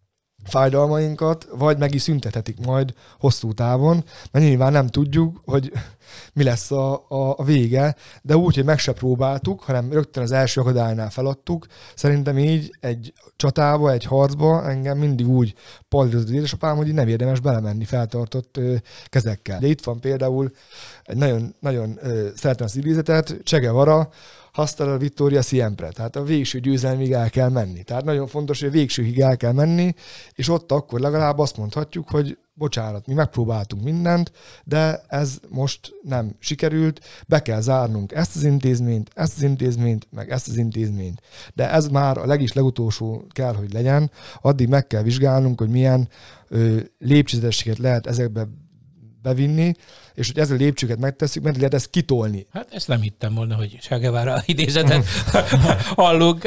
fájdalmainkat, vagy meg is szüntethetik majd hosszú távon, mert nyilván nem tudjuk, hogy mi lesz a, a, a vége, de úgy, hogy meg se próbáltuk, hanem rögtön az első akadálynál feladtuk. Szerintem így egy csatába, egy harcba engem mindig úgy pallított az édesapám, hogy így nem érdemes belemenni feltartott ö, kezekkel. De itt van például egy nagyon, nagyon ö, szeretem az idézetet, Che Guevara, hasta la victoria siempre. Tehát a végső győzelmig el kell menni. Tehát nagyon fontos, hogy a végsőig el kell menni, és ott akkor legalább azt mondhatjuk, hogy bocsánat, mi megpróbáltunk mindent, de ez most nem sikerült, be kell zárnunk ezt az intézményt, ezt az intézményt, meg ezt az intézményt. De ez már a legis legutolsó kell, hogy legyen, addig meg kell vizsgálnunk, hogy milyen ö, lépcsőzetességet lehet ezekbe bevinni, és hogy ezzel a lépcsőket megtesszük, mert lehet ezt kitolni.
Hát ezt nem hittem volna, hogy Che Guevara idézetet hallunk,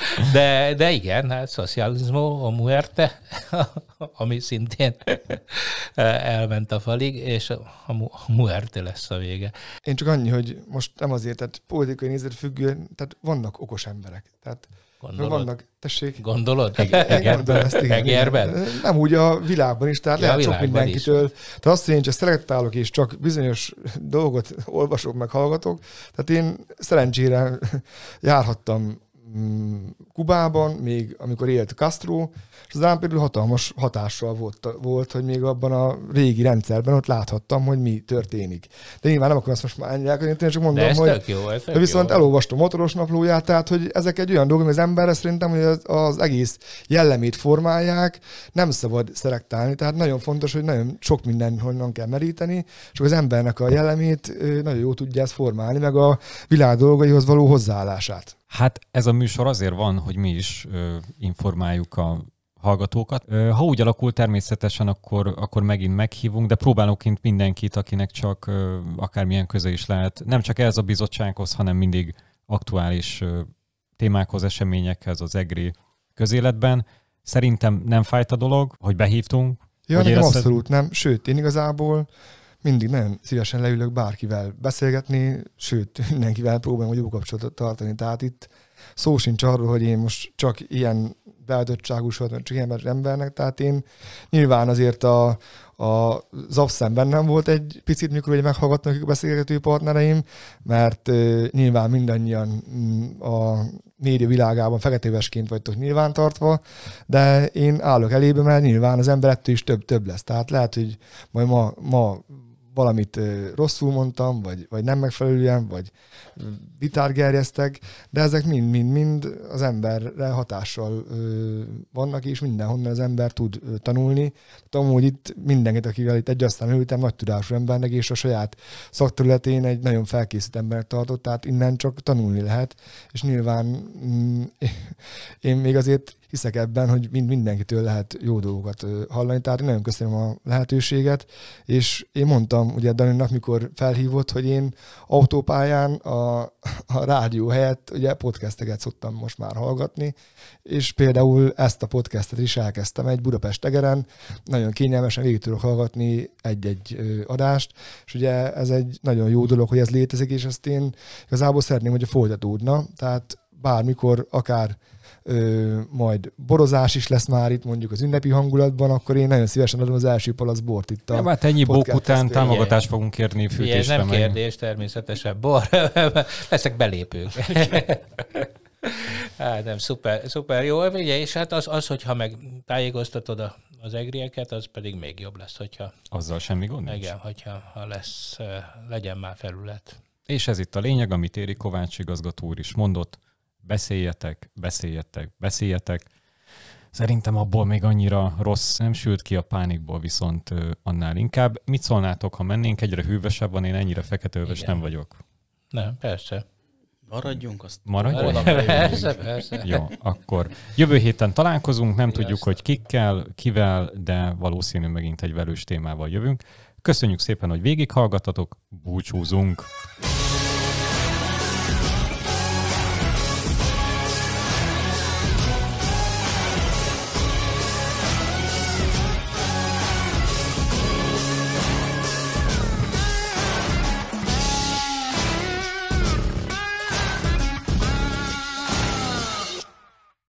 de, de igen, hát socialismo o muerte, ami szintén elment a falig, és a muerte lesz a vége.
Én csak annyi, hogy most nem azért, tehát politikai nézet függően, tehát vannak okos emberek. Tehát
Gondolod?
Vannak, tessék.
Gondolod?
Egerben? Nem úgy a világban is, tehát ja, lehet sok mindenkitől. Tehát azt, hogy én csak szelektálok, és csak bizonyos dolgot olvasok, meg hallgatok. Tehát én szerencsére járhattam Kubában, még amikor élt Castro, és az rám például hatalmas hatással volt, volt, hogy még abban a régi rendszerben ott láthattam, hogy mi történik. De nyilván nem akarom ezt most már ennyire elkönyvíteni, csak mondom,
ez
hogy
tök jó, ez tök
viszont
jó.
Elolvastam motoros naplóját, tehát hogy ezek egy olyan dolog, hogy az emberre szerintem, hogy az, az egész jellemét formálják, nem szabad szelektálni, tehát nagyon fontos, hogy nagyon sok minden honnan kell meríteni, és az embernek a jellemét nagyon jó tudja ezt formálni, meg a világ dolgaihoz való hozzáállását.
Hát ez a műsor azért van, hogy mi is ö, informáljuk a hallgatókat. Ö, ha úgy alakul természetesen, akkor, akkor megint meghívunk, de próbálunk kint mindenkit, akinek csak ö, akármilyen köze is lehet. Nem csak ez a bizottsághoz, hanem mindig aktuális ö, témákhoz, eseményekhez az egri közéletben. Szerintem nem fájt a dolog, hogy behívtunk.
Ja,
hogy
nekem
érezted...
abszolút nem. Sőt, én igazából mindig nagyon szívesen leülök bárkivel beszélgetni, sőt, mindenkivel próbálom, hogy jó kapcsolatot tartani. Tehát itt szó sincs arról, hogy én most csak ilyen beállítottságú soha, csak ilyen embernek, tehát én nyilván azért a, a Zapszán bennem volt egy picit, mikor hogy meghallgatnak a beszélgető partnereim, mert uh, nyilván mindannyian mm, a média világában feketévesként vagytok nyilvántartva, de én állok elébe, mert nyilván az ember ettől is több-több lesz. Tehát lehet, hogy majd ma, ma valamit rosszul mondtam, vagy, vagy nem megfelelően, vagy vitát gerjesztek, de ezek mind-mind-mind az emberre hatással ö, vannak, és mindenhonnan az ember tud ö, tanulni. Tudom, hogy itt mindenkit, akivel itt egy asztalon ültem, nagy tudású embernek, és a saját szakterületén egy nagyon felkészült embernek tartott, tehát innen csak tanulni lehet, és nyilván mm, én még azért hiszek ebben, hogy mind mindenkitől lehet jó dolgokat hallani, tehát én nagyon köszönöm a lehetőséget, és én mondtam ugye Daninak, mikor felhívott, hogy én autópályán a, a rádió helyett ugye podcasteket szoktam most már hallgatni, és például ezt a podcastet is elkezdtem egy Budapest-Egeren, nagyon kényelmesen végig tudok hallgatni egy-egy adást, és ugye ez egy nagyon jó dolog, hogy ez létezik, és ezt én igazából szeretném, hogy folytatódna, tehát bármikor, akár ö, majd borozás is lesz már itt mondjuk az ünnepi hangulatban, akkor én nagyon szívesen adom az első palac bort itt a
ja, hát ennyi bók után
tesztben.
támogatást fogunk kérni fűtésre.
Ez nem
meg.
kérdés, természetesen. Bor, leszek belépők. Hát nem, szuper, szuper jó. Ugye, és hát az, az, hogyha meg tájékoztatod a, az egrieket, az pedig még jobb lesz, hogyha...
Azzal semmi gond nincs.
Igen, hogyha ha lesz, legyen már felület.
És ez itt a lényeg, amit Éri Kovács igazgató úr is mondott. Beszéljetek, beszéljetek, beszéljetek. Szerintem abból még annyira rossz nem sült ki, a pánikból viszont annál inkább. Mit szólnátok, ha mennénk egyre hűvösebb van, én ennyire feketeöves nem vagyok.
Nem, persze.
Maradjunk, azt
Maradjunk?
Persze, persze.
Jó, akkor jövő héten találkozunk, nem
Sziasztok.
tudjuk, hogy kikkel, kivel, de valószínű megint egy velős témával jövünk. Köszönjük szépen, hogy végighallgatatok, búcsúzunk!